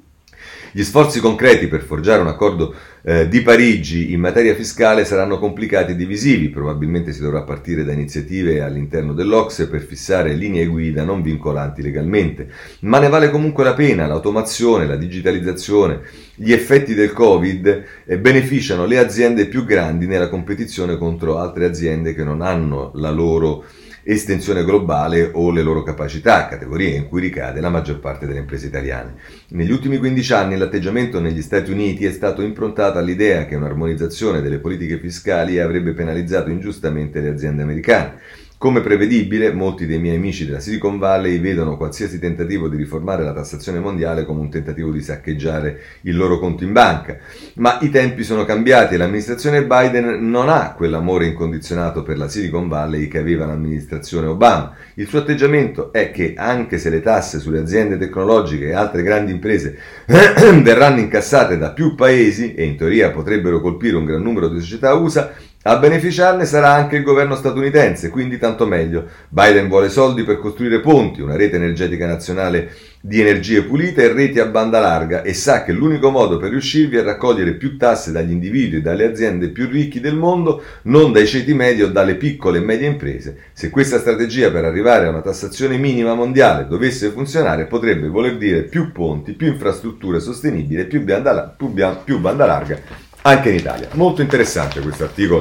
gli sforzi concreti per forgiare un accordo eh, di Parigi in materia fiscale saranno complicati e divisivi. Probabilmente si dovrà partire da iniziative all'interno dell'O C S E per fissare linee guida non vincolanti legalmente, ma ne vale comunque la pena. L'automazione, la digitalizzazione, gli effetti del Covid eh, beneficiano le aziende più grandi nella competizione contro altre aziende che non hanno la loro estensione globale o le loro capacità, categorie in cui ricade la maggior parte delle imprese italiane. Negli ultimi quindici anni l'atteggiamento negli Stati Uniti è stato improntato all'idea che un'armonizzazione delle politiche fiscali avrebbe penalizzato ingiustamente le aziende americane. Come prevedibile, molti dei miei amici della Silicon Valley vedono qualsiasi tentativo di riformare la tassazione mondiale come un tentativo di saccheggiare il loro conto in banca. Ma i tempi sono cambiati e l'amministrazione Biden non ha quell'amore incondizionato per la Silicon Valley che aveva l'amministrazione Obama. Il suo atteggiamento è che, anche se le tasse sulle aziende tecnologiche e altre grandi imprese verranno incassate da più paesi e in teoria potrebbero colpire un gran numero di società U S A, A beneficiarne sarà anche il governo statunitense, quindi tanto meglio. Biden vuole soldi per costruire ponti, una rete energetica nazionale di energie pulite e reti a banda larga e sa che l'unico modo per riuscirvi è raccogliere più tasse dagli individui e dalle aziende più ricchi del mondo, non dai ceti medi o dalle piccole e medie imprese. Se questa strategia per arrivare a una tassazione minima mondiale dovesse funzionare, potrebbe voler dire più ponti, più infrastrutture sostenibili e più banda, più, più banda larga anche in Italia. Molto interessante questo articolo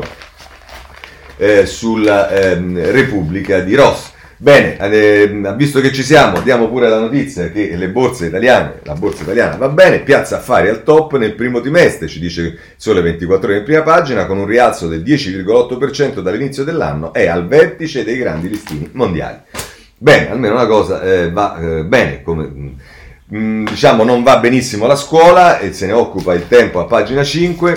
eh, sulla eh, Repubblica di Ross. Bene, eh, visto che ci siamo, diamo pure la notizia che le borse italiane, la borsa italiana va bene, Piazza Affari al top nel primo trimestre, ci dice Sole ventiquattro Ore in prima pagina, con un rialzo del dieci virgola otto per cento dall'inizio dell'anno, è al vertice dei grandi listini mondiali. Bene, almeno una cosa eh, va eh, bene, come mh, diciamo non va benissimo la scuola e se ne occupa Il Tempo a pagina cinque.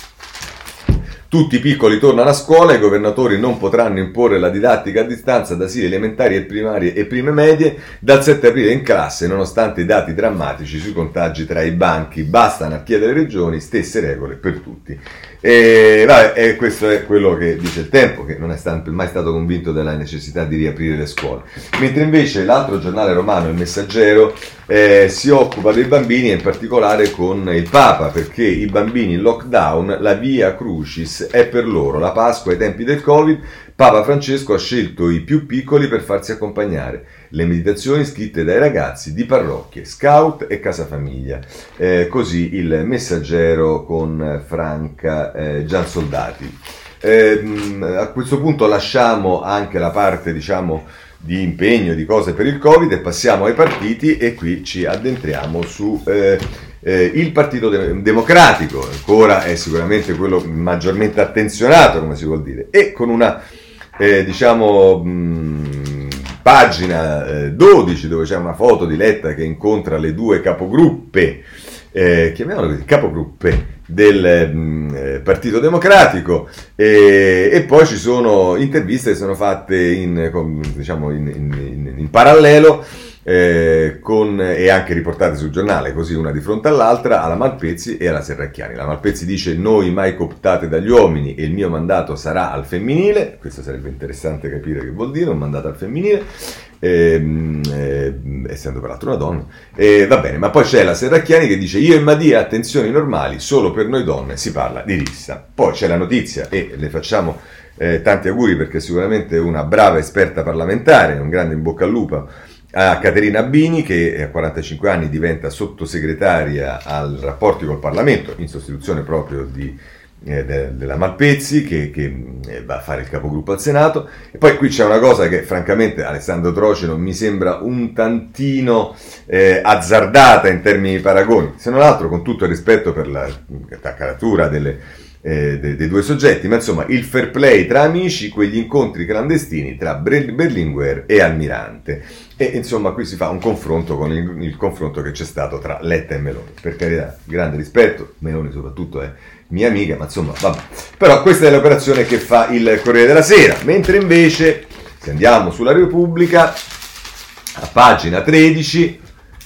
Tutti i piccoli tornano a scuola, i governatori non potranno imporre la didattica a distanza da asili elementari e primarie e prime medie dal sette aprile in classe, nonostante i dati drammatici sui contagi tra i banchi. Basta anarchia delle regioni, stesse regole per tutti. E, vabbè, e questo è quello che dice Il Tempo, che non è stato, mai stato convinto della necessità di riaprire le scuole. Mentre invece l'altro giornale romano, Il Messaggero, eh, si occupa dei bambini e in particolare con il Papa, perché i bambini in lockdown, la via crucis è per loro. La Pasqua ai tempi del Covid, Papa Francesco ha scelto i più piccoli per farsi accompagnare. Le meditazioni scritte dai ragazzi di parrocchie, scout e casa famiglia. Eh, così Il Messaggero con Franca eh, Giansoldati. Eh, a questo punto lasciamo anche la parte, diciamo, di impegno, di cose per il Covid e passiamo ai partiti e qui ci addentriamo su eh, eh, il Partito De- Democratico, ancora è sicuramente quello maggiormente attenzionato, come si vuol dire, e con una eh, diciamo mh, pagina eh, dodici dove c'è una foto di Letta che incontra le due capogruppe, eh, chiamiamolo così, capogruppe del mh, Partito Democratico e, e poi ci sono interviste che sono fatte in, con, diciamo in, in, in parallelo eh, con, e anche riportate sul giornale, così una di fronte all'altra, alla Malpezzi e alla Serracchiani. La Malpezzi dice: noi mai cooptate dagli uomini e il mio mandato sarà al femminile. Questo sarebbe interessante capire che vuol dire un mandato al femminile, eh, eh, essendo peraltro una donna. Eh, va bene, ma poi c'è la Serracchiani che dice: io e Madia attenzioni normali, solo per noi donne si parla di rissa. Poi c'è la notizia e le facciamo eh, tanti auguri perché sicuramente una brava esperta parlamentare, un grande in bocca al lupo a Caterina Bini, che a quarantacinque anni diventa sottosegretaria al rapporti col Parlamento in sostituzione proprio di eh, de, della Malpezzi che, che eh, va a fare il capogruppo al Senato. E poi qui c'è una cosa che francamente Alessandro Trocino mi sembra un tantino eh, azzardata in termini di paragoni, se non altro con tutto il rispetto per la caratura delle Eh, dei, dei due soggetti, ma insomma il fair play tra amici, quegli incontri clandestini tra Berlinguer e Almirante, e insomma qui si fa un confronto con il, il confronto che c'è stato tra Letta e Meloni. Per carità, grande rispetto, Meloni soprattutto è mia amica, ma insomma vabbè. Però questa è l'operazione che fa il Corriere della Sera, mentre invece se andiamo sulla Repubblica a pagina tredici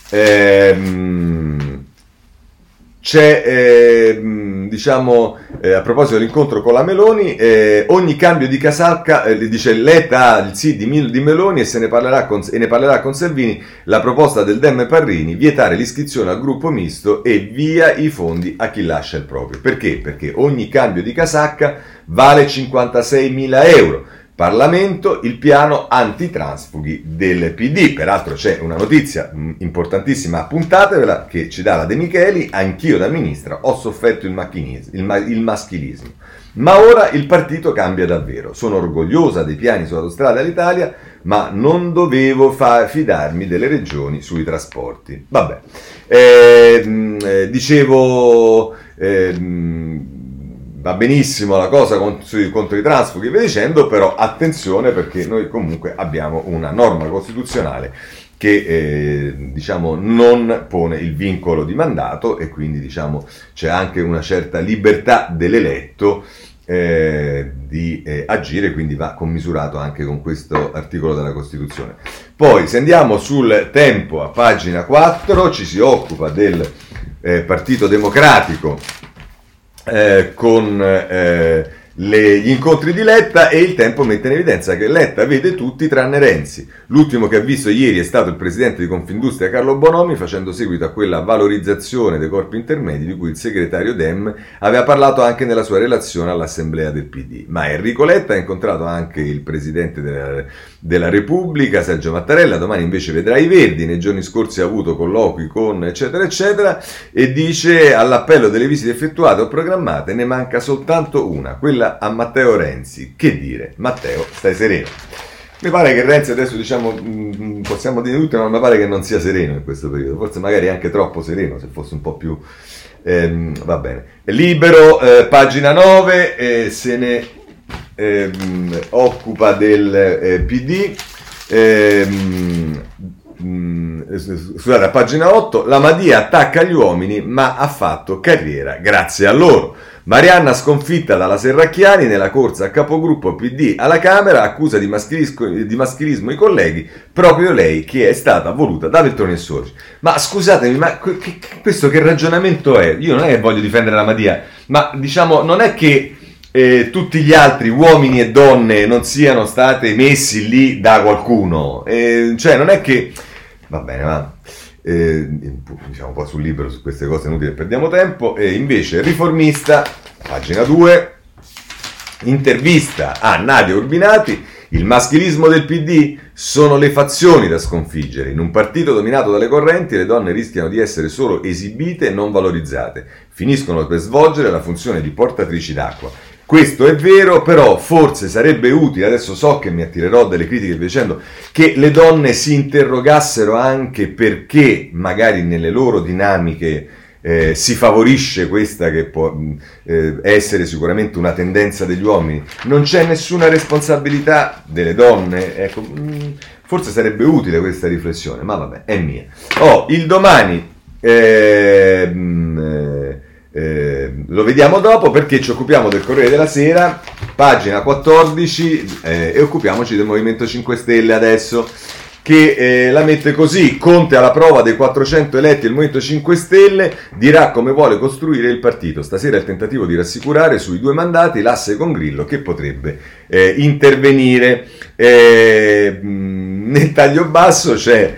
ehm, c'è ehm, diciamo eh, a proposito dell'incontro con la Meloni, eh, ogni cambio di casacca, eh, dice Letta il sì di, di Meloni e se ne parlerà con, e ne parlerà con Salvini, la proposta del Dem Parrini, vietare l'iscrizione al gruppo misto e via i fondi a chi lascia il proprio. Perché? Perché ogni cambio di casacca vale cinquantaseimila euro. Parlamento, il piano antitransfughi del P D. Peraltro c'è una notizia mh, importantissima, appuntatevela, che ci dà la De Micheli: anch'io da ministra ho sofferto il, il, ma- il maschilismo, ma ora il partito cambia davvero. Sono orgogliosa dei piani sull'autostrada all'Italia, ma non dovevo fa- fidarmi delle regioni sui trasporti. Vabbè, eh, mh, eh, dicevo... Eh, mh, va benissimo la cosa contro, contro i transfughi e via dicendo, però attenzione perché noi comunque abbiamo una norma costituzionale che eh, diciamo non pone il vincolo di mandato e quindi diciamo c'è anche una certa libertà dell'eletto eh, di eh, agire, quindi va commisurato anche con questo articolo della Costituzione. Poi se andiamo sul Tempo a pagina quattro ci si occupa del eh, Partito Democratico Eh, con eh, le, gli incontri di Letta, e il Tempo mette in evidenza che Letta vede tutti tranne Renzi. L'ultimo che ha visto ieri è stato il presidente di Confindustria Carlo Bonomi, facendo seguito a quella valorizzazione dei corpi intermedi di cui il segretario Dem aveva parlato anche nella sua relazione all'Assemblea del P D. Ma Enrico Letta ha incontrato anche il presidente della, della Repubblica, Sergio Mattarella, domani invece vedrà i Verdi, nei giorni scorsi ha avuto colloqui con eccetera eccetera, e dice: all'appello delle visite effettuate o programmate ne manca soltanto una, quella a Matteo Renzi. Che dire, Matteo, stai sereno. Mi pare che Renzi adesso, diciamo, mh, possiamo dire tutto, ma mi pare che non sia sereno in questo periodo, forse magari anche troppo sereno, se fosse un po' più ehm, va bene. Libero, eh, pagina nove, eh, se ne ehm, occupa del eh, P D. ehm, Scusate, a pagina otto, la Madia attacca gli uomini ma ha fatto carriera grazie a loro. Marianna sconfitta dalla Serracchiani nella corsa a capogruppo P D alla Camera, accusa di maschilismo, di maschilismo i colleghi, proprio lei che è stata voluta da Veltroni e Sorgi. Ma scusatemi, ma che, che, questo che ragionamento è? Io non è che voglio difendere la Madia, ma diciamo non è che eh, tutti gli altri uomini e donne non siano stati messi lì da qualcuno, eh, cioè non è che... Va bene, va. Eh, diciamo un po' sul libro, su queste cose inutili, perdiamo tempo. E invece Riformista, pagina due, intervista a Nadia Urbinati: il maschilismo del P D sono le fazioni da sconfiggere. In un partito dominato dalle correnti le donne rischiano di essere solo esibite e non valorizzate, finiscono per svolgere la funzione di portatrici d'acqua. Questo è vero, però forse sarebbe utile, adesso so che mi attirerò delle critiche dicendo, che le donne si interrogassero anche perché magari nelle loro dinamiche eh, si favorisce questa che può eh, essere sicuramente una tendenza degli uomini. Non c'è nessuna responsabilità delle donne, ecco, mh, forse sarebbe utile questa riflessione, ma vabbè, è mia. Oh, il Domani... Eh, mh, Eh, lo vediamo dopo perché ci occupiamo del Corriere della Sera, pagina quattordici, eh, e occupiamoci del Movimento cinque Stelle adesso, che eh, la mette così: Conte alla prova dei quattrocento eletti del Movimento cinque Stelle, dirà come vuole costruire il partito. Stasera il tentativo di rassicurare sui due mandati, l'asse con Grillo che potrebbe eh, intervenire. Eh, mh, nel taglio basso c'è...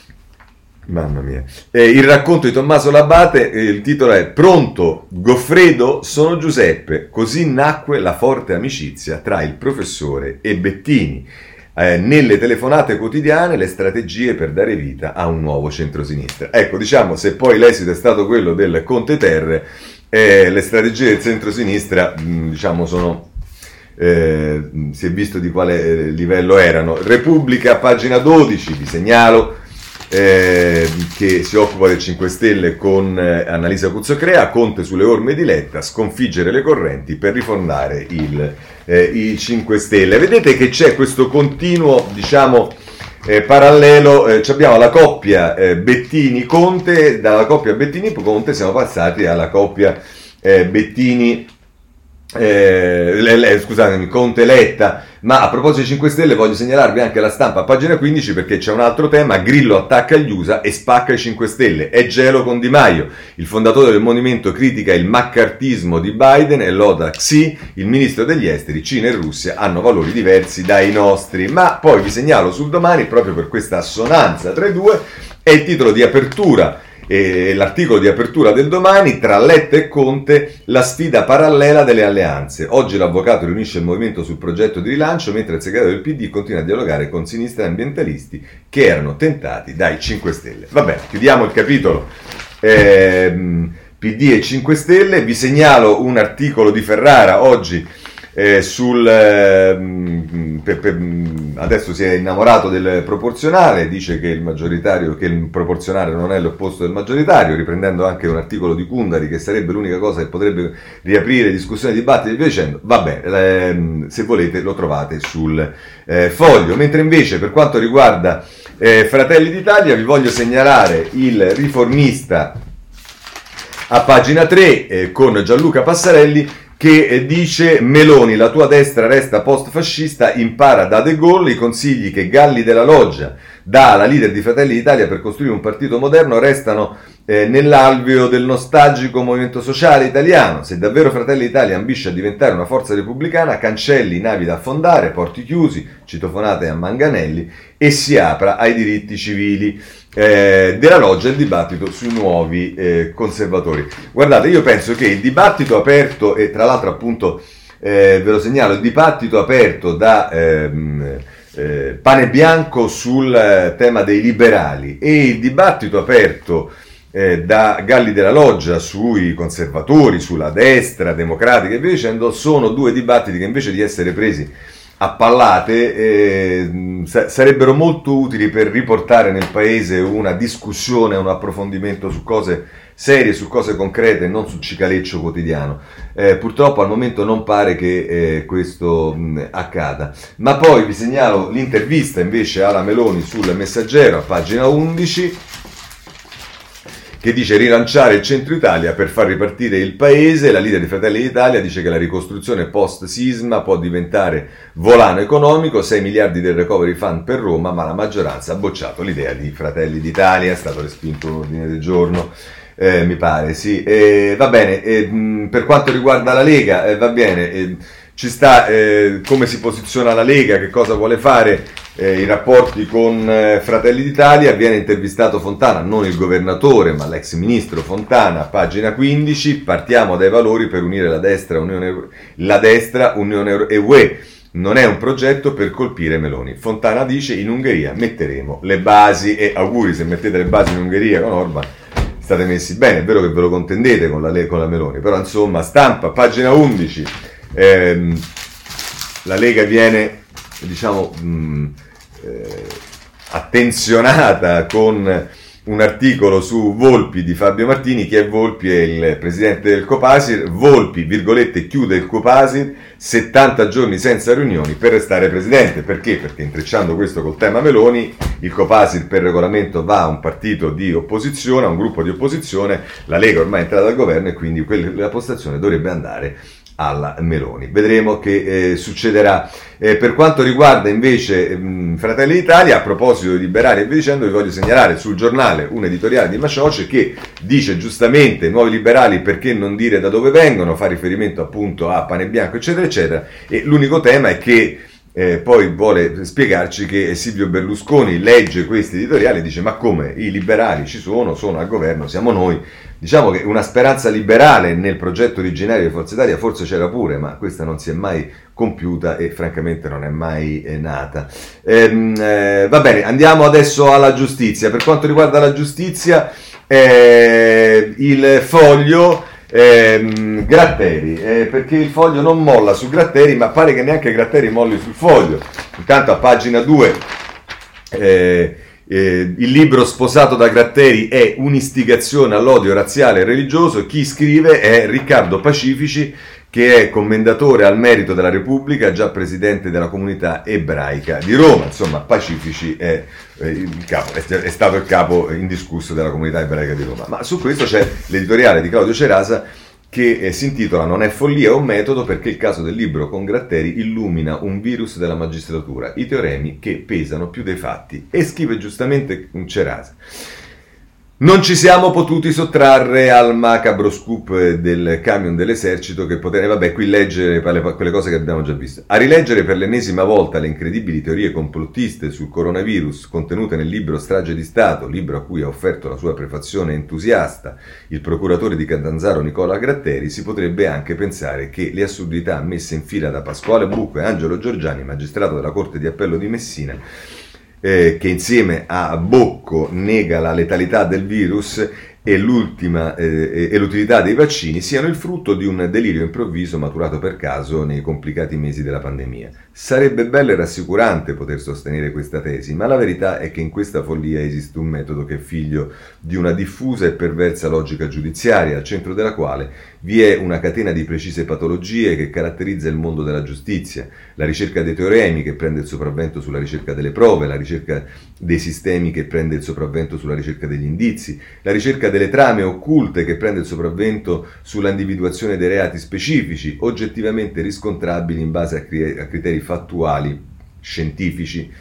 Mamma mia. Eh, il racconto di Tommaso Labate, eh, il titolo è Pronto, Goffredo, sono Giuseppe. Così nacque la forte amicizia tra il professore e Bettini. Eh, nelle telefonate quotidiane le strategie per dare vita a un nuovo centrosinistra. Ecco, diciamo, se poi l'esito è stato quello del Conte Terre, eh, le strategie del centrosinistra, mh, diciamo, sono... Eh, si è visto di quale eh, livello erano. Repubblica, pagina dodici, vi segnalo... Eh, che si occupa del cinque Stelle con eh, Annalisa Cuzzocrea. Conte sulle orme di Letta, sconfiggere le correnti per rifondare il, eh, i cinque Stelle. Vedete che c'è questo continuo, diciamo, eh, parallelo. Eh, abbiamo la coppia eh, Bettini-Conte, dalla coppia Bettini-Conte siamo passati alla coppia eh, Bettini Eh, le, le, scusatemi, Conte Letta. Ma a proposito di cinque Stelle voglio segnalarvi anche la Stampa a pagina quindici, perché c'è un altro tema: Grillo attacca gli U S A e spacca i cinque Stelle, è gelo con Di Maio, il fondatore del movimento critica il maccartismo di Biden e loda Xi, il ministro degli esteri. Cina e Russia hanno valori diversi dai nostri. Ma poi vi segnalo sul Domani, proprio per questa assonanza tra i due, è il titolo di apertura. E l'articolo di apertura del Domani: tra Letta e Conte, la sfida parallela delle alleanze. Oggi l'avvocato riunisce il movimento sul progetto di rilancio, mentre il segretario del P D continua a dialogare con sinistra e ambientalisti che erano tentati dai cinque Stelle. Vabbè, chiudiamo il capitolo eh, P D e cinque Stelle. Vi segnalo un articolo di Ferrara oggi eh, sul eh, per, per, adesso si è innamorato del proporzionale, dice che il maggioritario, che il proporzionale non è l'opposto del maggioritario, riprendendo anche un articolo di Kundari che sarebbe l'unica cosa che potrebbe riaprire discussioni, dibattiti e via dicendo. Vabbè, eh, se volete lo trovate sul eh, Foglio. Mentre invece per quanto riguarda eh, Fratelli d'Italia vi voglio segnalare il Riformista a pagina tre eh, con Gianluca Passarelli che dice: Meloni, la tua destra resta post-fascista, impara da De Gaulle, i consigli che Galli della Loggia dà alla leader di Fratelli d'Italia per costruire un partito moderno restano eh, nell'alveo del nostalgico movimento sociale italiano. Se davvero Fratelli d'Italia ambisce a diventare una forza repubblicana, cancelli navi da affondare, porti chiusi, citofonate a manganelli e si apra ai diritti civili. Eh, della Loggia il dibattito sui nuovi eh, conservatori. Guardate, io penso che il dibattito aperto, e tra l'altro appunto eh, ve lo segnalo, il dibattito aperto da ehm, eh, Pane Bianco sul eh, tema dei liberali e il dibattito aperto eh, da Galli della Loggia sui conservatori, sulla destra democratica e via dicendo, sono due dibattiti che invece di essere presi a pallate eh, sarebbero molto utili per riportare nel paese una discussione, un approfondimento su cose serie, su cose concrete, non sul cicaleccio quotidiano. Eh, purtroppo al momento non pare che eh, questo mh, accada. Ma poi vi segnalo l'intervista invece alla Meloni sul Messaggero, a pagina undici, che dice rilanciare il centro Italia per far ripartire il paese. La leader di Fratelli d'Italia dice che la ricostruzione post-sisma può diventare volano economico, sei miliardi del recovery fund per Roma, ma la maggioranza ha bocciato l'idea di Fratelli d'Italia, è stato respinto un ordine del giorno, eh, mi pare, sì. Eh, va bene, eh, mh, per quanto riguarda la Lega, eh, va bene, eh, ci sta eh, come si posiziona la Lega, che cosa vuole fare, eh, i rapporti con eh, Fratelli d'Italia. Viene intervistato Fontana, non il governatore ma l'ex ministro Fontana, pagina quindici, partiamo dai valori per unire la destra, Unione, la destra, Unione e U E, non è un progetto per colpire Meloni. Fontana dice in Ungheria metteremo le basi, e auguri se mettete le basi in Ungheria con Orban, state messi bene, è vero che ve lo contendete con la, con la Meloni, però insomma, Stampa, pagina undici, ehm, la Lega viene, diciamo, mh, eh, attenzionata con un articolo su Volpi di Fabio Martini. Chi è Volpi? È il presidente del Copasir. Volpi, virgolette, chiude il Copasir, settanta giorni senza riunioni per restare presidente. Perché? Perché intrecciando questo col tema Meloni, il Copasir per regolamento va a un partito di opposizione, a un gruppo di opposizione, la Lega ormai è entrata al governo e quindi la postazione dovrebbe andare alla Meloni. Vedremo che eh, succederà. Eh, per quanto riguarda invece mh, Fratelli d'Italia, a proposito di liberali e via dicendo, vi voglio segnalare sul Giornale un editoriale di Macioce che dice giustamente nuovi liberali perché non dire da dove vengono, fa riferimento appunto a Pane Bianco eccetera eccetera, e l'unico tema è che Eh, poi vuole spiegarci che Silvio Berlusconi legge questi editoriali e dice ma come, i liberali ci sono, sono al governo, siamo noi. Diciamo che una speranza liberale nel progetto originario di Forza Italia forse c'era pure, ma questa non si è mai compiuta e francamente non è mai eh, nata. Ehm, eh, va bene, andiamo adesso alla giustizia. Per quanto riguarda la giustizia, eh, il Foglio, Eh, Gratteri, eh, perché il Foglio non molla su Gratteri, ma pare che neanche Gratteri molli sul Foglio. Intanto a pagina due eh, eh, il libro sposato da Gratteri è un'istigazione all'odio razziale e religioso. Chi scrive è Riccardo Pacifici, che è commendatore al merito della Repubblica, già presidente della comunità ebraica di Roma. Insomma, Pacifici è, eh, il capo, è, è stato il capo indiscusso della comunità ebraica di Roma. Ma su questo c'è l'editoriale di Claudio Cerasa che eh, si intitola Non è follia o metodo, perché il caso del libro con Gratteri illumina un virus della magistratura, i teoremi che pesano più dei fatti. E scrive giustamente Cerasa: non ci siamo potuti sottrarre al macabro scoop del camion dell'esercito che poteva, vabbè, qui leggere quelle cose che abbiamo già visto. A rileggere per l'ennesima volta le incredibili teorie complottiste sul coronavirus contenute nel libro Strage di Stato, libro a cui ha offerto la sua prefazione entusiasta il procuratore di Catanzaro Nicola Gratteri, si potrebbe anche pensare che le assurdità messe in fila da Pasquale Bucco e Angelo Giorgiani, magistrato della Corte di Appello di Messina, Eh, che insieme a Bocco nega la letalità del virus e, l'ultima, eh, e l'utilità dei vaccini, siano il frutto di un delirio improvviso maturato per caso nei complicati mesi della pandemia. Sarebbe bello e rassicurante poter sostenere questa tesi, ma la verità è che in questa follia esiste un metodo che è figlio di una diffusa e perversa logica giudiziaria, al centro della quale vi è una catena di precise patologie che caratterizza il mondo della giustizia: la ricerca dei teoremi che prende il sopravvento sulla ricerca delle prove, la ricerca dei sistemi che prende il sopravvento sulla ricerca degli indizi, la ricerca delle trame occulte che prende il sopravvento sulla individuazione dei reati specifici, oggettivamente riscontrabili in base a, cri- a criteri fattuali, scientifici.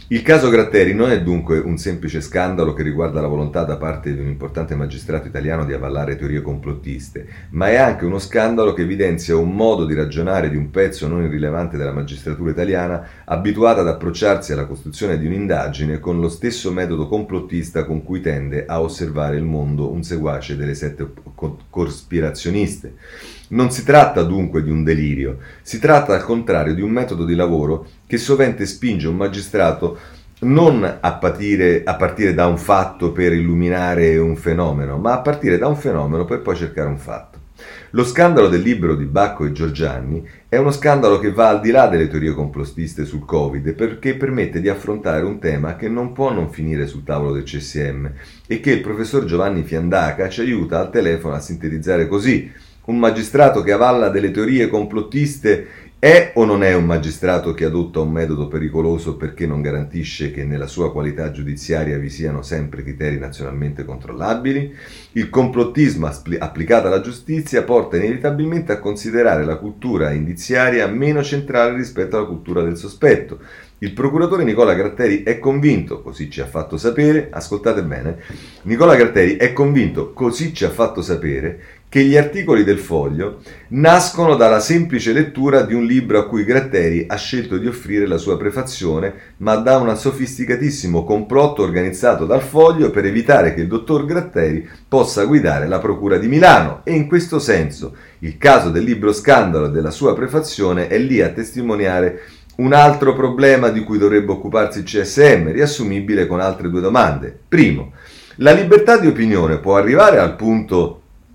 Il caso Gratteri non è dunque un semplice scandalo che riguarda la volontà da parte di un importante magistrato italiano di avallare teorie complottiste, ma è anche uno scandalo che evidenzia un modo di ragionare di un pezzo non irrilevante della magistratura italiana, abituata ad approcciarsi alla costruzione di un'indagine con lo stesso metodo complottista con cui tende a osservare il mondo un seguace delle sette cospirazioniste. Non si tratta dunque di un delirio, si tratta al contrario di un metodo di lavoro che sovente spinge un magistrato non a partire, a partire da un fatto per illuminare un fenomeno, ma a partire da un fenomeno per poi cercare un fatto. Lo scandalo del libro di Bacco e Giorgianni è uno scandalo che va al di là delle teorie complottiste sul Covid, perché permette di affrontare un tema che non può non finire sul tavolo del C S M e che il professor Giovanni Fiandaca ci aiuta al telefono a sintetizzare così. Un magistrato che avalla delle teorie complottiste è o non è un magistrato che adotta un metodo pericoloso perché non garantisce che nella sua qualità giudiziaria vi siano sempre criteri nazionalmente controllabili? Il complottismo applicato alla giustizia porta inevitabilmente a considerare la cultura indiziaria meno centrale rispetto alla cultura del sospetto. Il procuratore Nicola Gratteri è convinto, così ci ha fatto sapere, ascoltate bene, Nicola Gratteri è convinto, così ci ha fatto sapere, che gli articoli del Foglio nascono dalla semplice lettura di un libro a cui Gratteri ha scelto di offrire la sua prefazione, ma da un sofisticatissimo complotto organizzato dal Foglio per evitare che il dottor Gratteri possa guidare la Procura di Milano. E in questo senso il caso del libro scandalo e della sua prefazione è lì a testimoniare un altro problema di cui dovrebbe occuparsi il C S M, riassumibile con altre due domande. Primo, la libertà di opinione può arrivare al punto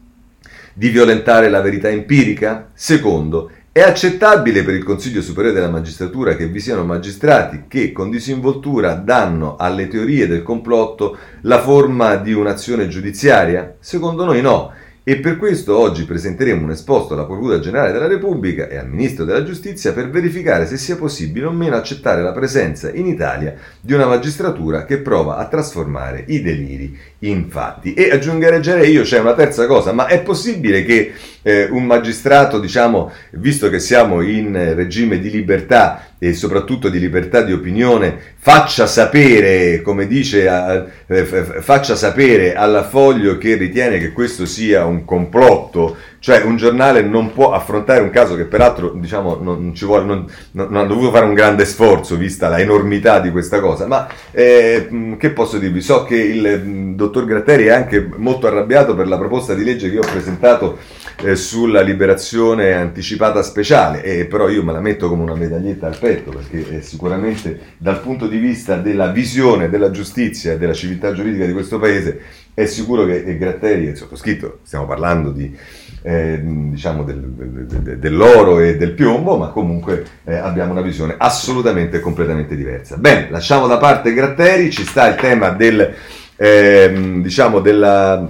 di violentare la verità empirica? Secondo, è accettabile per il Consiglio Superiore della Magistratura che vi siano magistrati che con disinvoltura danno alle teorie del complotto la forma di un'azione giudiziaria? Secondo noi no. E per questo oggi presenteremo un esposto alla Procura Generale della Repubblica e al Ministro della Giustizia per verificare se sia possibile o meno accettare la presenza in Italia di una magistratura che prova a trasformare i deliri in fatti. E aggiungerei io, c'è una terza cosa, ma è possibile che eh, un magistrato, diciamo, visto che siamo in regime di libertà e soprattutto di libertà di opinione, faccia sapere, come dice, eh, faccia sapere al Foglio che ritiene che questo sia un complotto? Cioè un giornale non può affrontare un caso che peraltro, diciamo, non ci vuole, non, non ha dovuto fare un grande sforzo vista la enormità di questa cosa, ma eh, che posso dirvi? So che il mh, dottor Gratteri è anche molto arrabbiato per la proposta di legge che io ho presentato eh, sulla liberazione anticipata speciale, e però io me la metto come una medaglietta al petto, perché eh, sicuramente dal punto di vista della visione della giustizia e della civiltà giuridica di questo paese è sicuro che eh, Gratteri e il sottoscritto, stiamo parlando di Eh, diciamo del, del, dell'oro e del piombo, ma comunque eh, abbiamo una visione assolutamente e completamente diversa. Bene, lasciamo da parte Gratteri, ci sta il tema del eh, diciamo della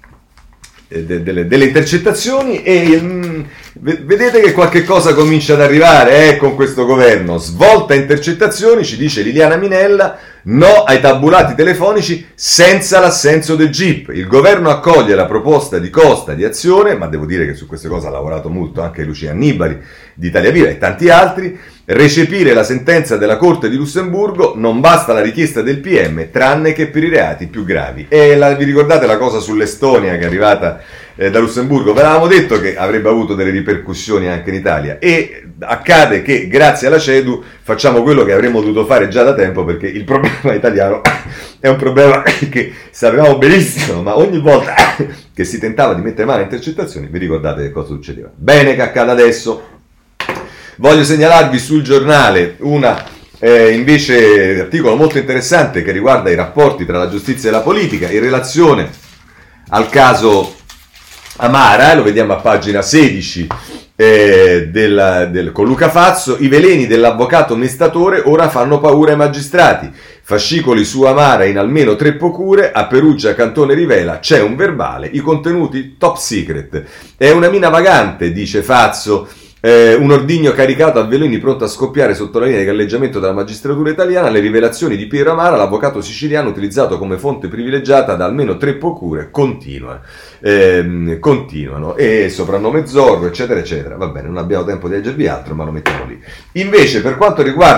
eh, de, delle, delle intercettazioni e mh, vedete che qualche cosa comincia ad arrivare eh, con questo governo. Svolta intercettazioni, ci dice Liliana Minella. No ai tabulati telefonici senza l'assenso del G I P. Il governo accoglie la proposta di Costa di Azione, ma devo dire che su queste cose ha lavorato molto anche Lucia Annibali di Italia Viva e tanti altri. Recepire la sentenza della Corte di Lussemburgo, non basta la richiesta del P M, tranne che per i reati più gravi. E la, vi ricordate la cosa sull'Estonia che è arrivata eh, da Lussemburgo? Ve l'avevamo detto che avrebbe avuto delle ripercussioni anche in Italia, e accade che grazie alla CEDU facciamo quello che avremmo dovuto fare già da tempo, perché il problema italiano è un problema che sapevamo benissimo, ma ogni volta che si tentava di mettere mano a intercettazioni, vi ricordate che cosa succedeva. Bene che accada adesso. Voglio segnalarvi sul giornale una eh, invece articolo molto interessante che riguarda i rapporti tra la giustizia e la politica in relazione al caso Amara, lo vediamo a pagina sedici eh, del, del, con Luca Fazzo. I veleni dell'avvocato mestatore ora fanno paura ai magistrati. Fascicoli su Amara in almeno tre procure, a Perugia Cantone rivela c'è un verbale, i contenuti top secret. È una mina vagante, dice Fazzo. Eh, un ordigno caricato a veleni pronto a scoppiare sotto la linea di galleggiamento della magistratura italiana. Le rivelazioni di Piero Amara, l'avvocato siciliano utilizzato come fonte privilegiata da almeno tre procure, continuano, eh, continuano e soprannome Zorro, eccetera, eccetera. Va bene, non abbiamo tempo di leggervi altro, ma lo mettiamo lì. Invece, per quanto riguarda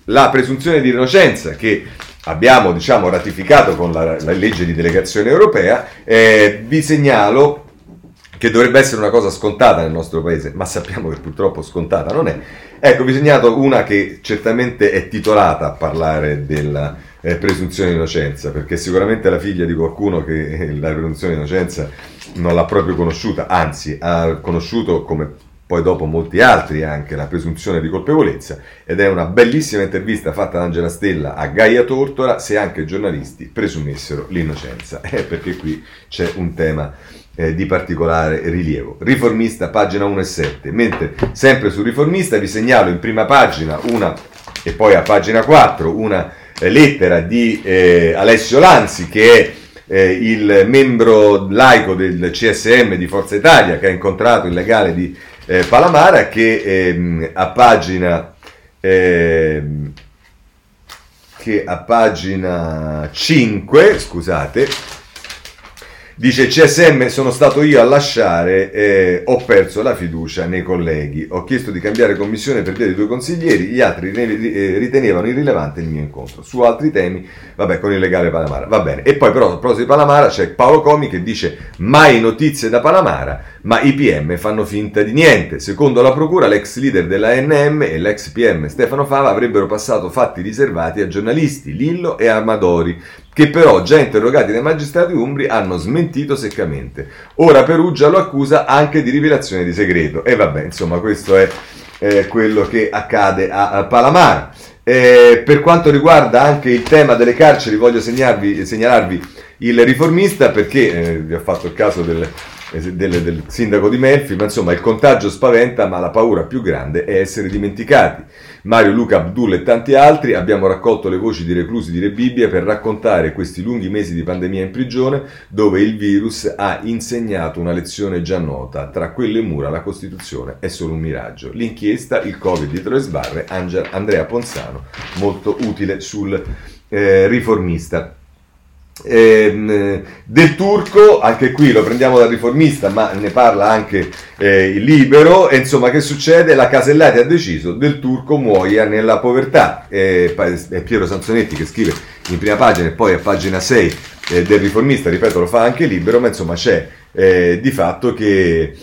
la presunzione di innocenza che abbiamo, diciamo, ratificato con la, la legge di delegazione europea. Eh, vi segnalo che dovrebbe essere una cosa scontata nel nostro paese, ma sappiamo che purtroppo scontata non è. Ecco, vi ho segnalato una che certamente è titolata a parlare della eh, presunzione di innocenza, perché sicuramente è la figlia di qualcuno che eh, la presunzione di innocenza non l'ha proprio conosciuta, anzi ha conosciuto, come poi dopo molti altri, anche la presunzione di colpevolezza, ed è una bellissima intervista fatta da Angela Stella a Gaia Tortora, se anche i giornalisti presumessero l'innocenza, eh, perché qui c'è un tema Eh, di particolare rilievo. Riformista, pagina uno e sette, mentre sempre sul Riformista vi segnalo in prima pagina una, e poi a pagina quattro, una eh, lettera di eh, Alessio Lanzi, che è eh, il membro laico del C S M di Forza Italia, che ha incontrato il legale di eh, Palamara, che ehm, a pagina ehm, che a pagina cinque, scusate, dice: C S M sono stato io a lasciare, eh, ho perso la fiducia nei colleghi, ho chiesto di cambiare commissione per via dei due consiglieri, gli altri ritenevano irrilevante il mio incontro. Su altri temi, vabbè, con il legale Palamara, va bene. E poi però a proposito di Palamara c'è Paolo Comi che dice: mai notizie da Palamara, ma i P M fanno finta di niente. Secondo la procura l'ex leader della A N M e l'ex P M Stefano Fava avrebbero passato fatti riservati a giornalisti, Lillo e Amadori, che però, già interrogati dai magistrati umbri, hanno smentito seccamente. Ora Perugia lo accusa anche di rivelazione di segreto. E vabbè, insomma, questo è eh, quello che accade a, a Palamara. Eh, per quanto riguarda anche il tema delle carceri, voglio segnarvi, segnalarvi il Riformista, perché eh, vi ho fatto il caso del, del, del sindaco di Melfi, ma insomma il contagio spaventa, ma la paura più grande è essere dimenticati. Mario Luca Abdul e tanti altri abbiamo raccolto le voci di reclusi di Rebibbia per raccontare questi lunghi mesi di pandemia in prigione, dove il virus ha insegnato una lezione già nota: tra quelle mura la Costituzione è solo un miraggio. L'inchiesta, il Covid dietro le sbarre, Andrea Ponzano, molto utile sul eh, Riformista. Eh, Del Turco, anche qui lo prendiamo dal Riformista, ma ne parla anche eh, il Libero. E insomma, che succede? La Casellati ha deciso: Del Turco muoia nella povertà. Eh, è Piero Sansonetti che scrive in prima pagina, e poi a pagina sei eh, del Riformista, ripeto, lo fa anche Libero, ma insomma c'è eh, di fatto che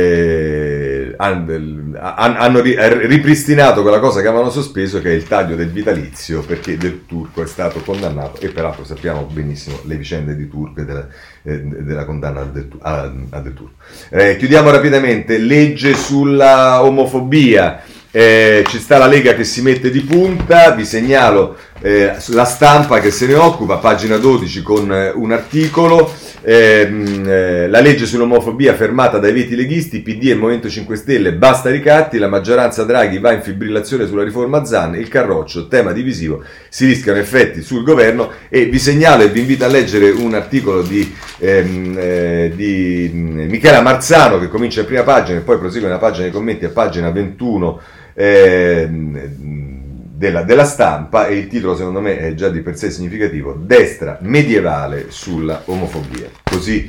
eh, hanno ripristinato quella cosa che avevano sospeso, che è il taglio del vitalizio, perché Del Turco è stato condannato, e peraltro sappiamo benissimo le vicende di Turco e della, eh, della condanna a Del, a, a Del Turco. Eh, chiudiamo rapidamente. Legge sulla omofobia. Eh, ci sta la Lega che si mette di punta. Vi segnalo eh, La Stampa che se ne occupa, pagina dodici, con eh, un articolo. Eh, eh, la legge sull'omofobia fermata dai veti leghisti, P D e Movimento cinque Stelle, basta ricatti, la maggioranza Draghi va in fibrillazione sulla riforma Zan, il carroccio, tema divisivo, si rischiano effetti sul governo. E vi segnalo e vi invito a leggere un articolo di, ehm, eh, di Michela Marzano, che comincia in prima pagina e poi prosegue nella pagina dei commenti a pagina ventuno eh, della, della Stampa, e il titolo secondo me è già di per sé significativo: destra medievale sulla omofobia. Così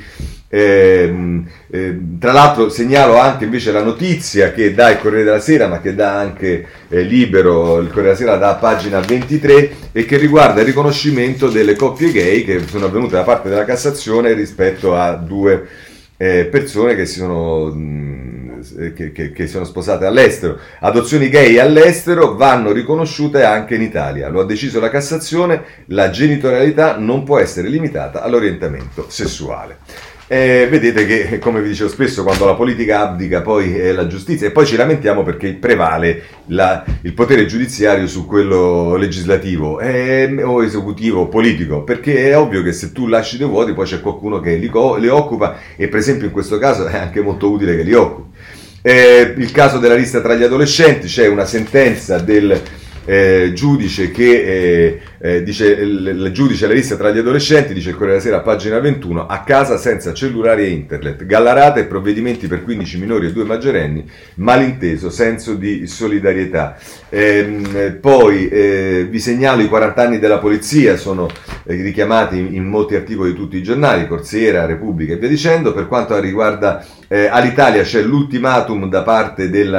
ehm, eh, tra l'altro segnalo anche invece la notizia che dà il Corriere della Sera, ma che dà anche eh, Libero. Il Corriere della Sera dà a pagina ventitré, e che riguarda il riconoscimento delle coppie gay che sono avvenute da parte della Cassazione rispetto a due eh, persone che si sono mh, Che, che, che sono sposate all'estero. Adozioni gay all'estero vanno riconosciute anche in Italia. Lo ha deciso la Cassazione: la genitorialità non può essere limitata all'orientamento sessuale. Eh, vedete che, come vi dicevo spesso, quando la politica abdica poi è la giustizia, e poi ci lamentiamo perché prevale la, il potere giudiziario su quello legislativo eh, o esecutivo o politico, perché è ovvio che se tu lasci dei vuoti poi c'è qualcuno che li, li occupa, e per esempio in questo caso è anche molto utile che li occupi. Eh, il caso della lista tra gli adolescenti, c'è una sentenza del eh, giudice che eh, eh, dice, il, il giudice alla lista tra gli adolescenti, dice il Corriere della Sera a pagina ventuno: a casa senza cellulari e internet, gallarate e provvedimenti per quindici minori e due maggiorenni, malinteso senso di solidarietà. Eh, poi eh, vi segnalo i quaranta anni della polizia, sono eh, richiamati in, in molti articoli di tutti i giornali, Corsiera, Repubblica e via dicendo. Per quanto riguarda eh, all'Italia, c'è l'ultimatum da parte della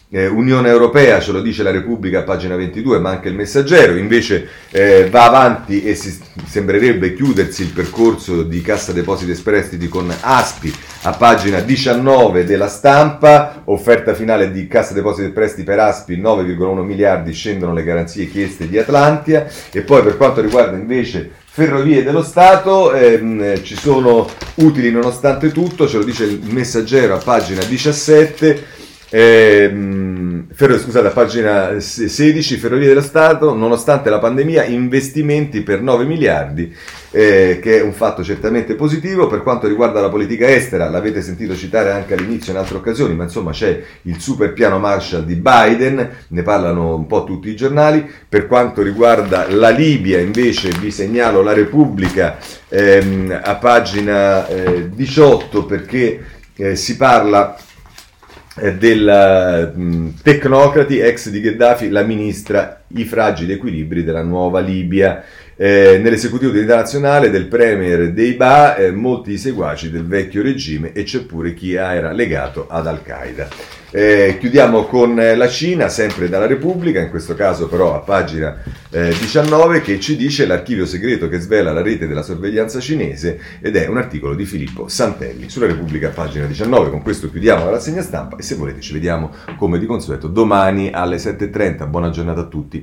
Eh, Unione Europea, ce lo dice la Repubblica a pagina ventidue, ma anche il Messaggero, invece eh, va avanti e si, sembrerebbe chiudersi il percorso di Cassa Depositi e Prestiti con Aspi a pagina diciannove della Stampa, offerta finale di Cassa Depositi e Prestiti per Aspi, nove virgola uno miliardi, scendono le garanzie chieste di Atlantia. E poi per quanto riguarda invece Ferrovie dello Stato, ehm, ci sono utili nonostante tutto, ce lo dice il Messaggero a pagina diciassette. Eh, ferro, scusate, a pagina sedici, Ferrovie dello Stato, nonostante la pandemia, investimenti per nove miliardi, eh, che è un fatto certamente positivo. Per quanto riguarda la politica estera, l'avete sentito citare anche all'inizio in altre occasioni, ma insomma c'è il super piano Marshall di Biden, ne parlano un po' tutti i giornali. Per quanto riguarda la Libia, invece, vi segnalo la Repubblica ehm, a pagina eh, diciotto, perché eh, si parla del uh, Tecnocrati, ex di Gheddafi, la ministra, i fragili equilibri della nuova Libia. Eh, nell'esecutivo di unità nazionale del premier Deiba, eh, molti seguaci del vecchio regime, e c'è pure chi era legato ad Al-Qaeda. Eh, chiudiamo con la Cina, sempre dalla Repubblica, in questo caso però a pagina eh, diciannove, che ci dice l'archivio segreto che svela la rete della sorveglianza cinese, ed è un articolo di Filippo Santelli sulla Repubblica, pagina diciannove. Con questo chiudiamo la rassegna stampa e se volete ci vediamo come di consueto domani alle sette e trenta. Buona giornata a tutti.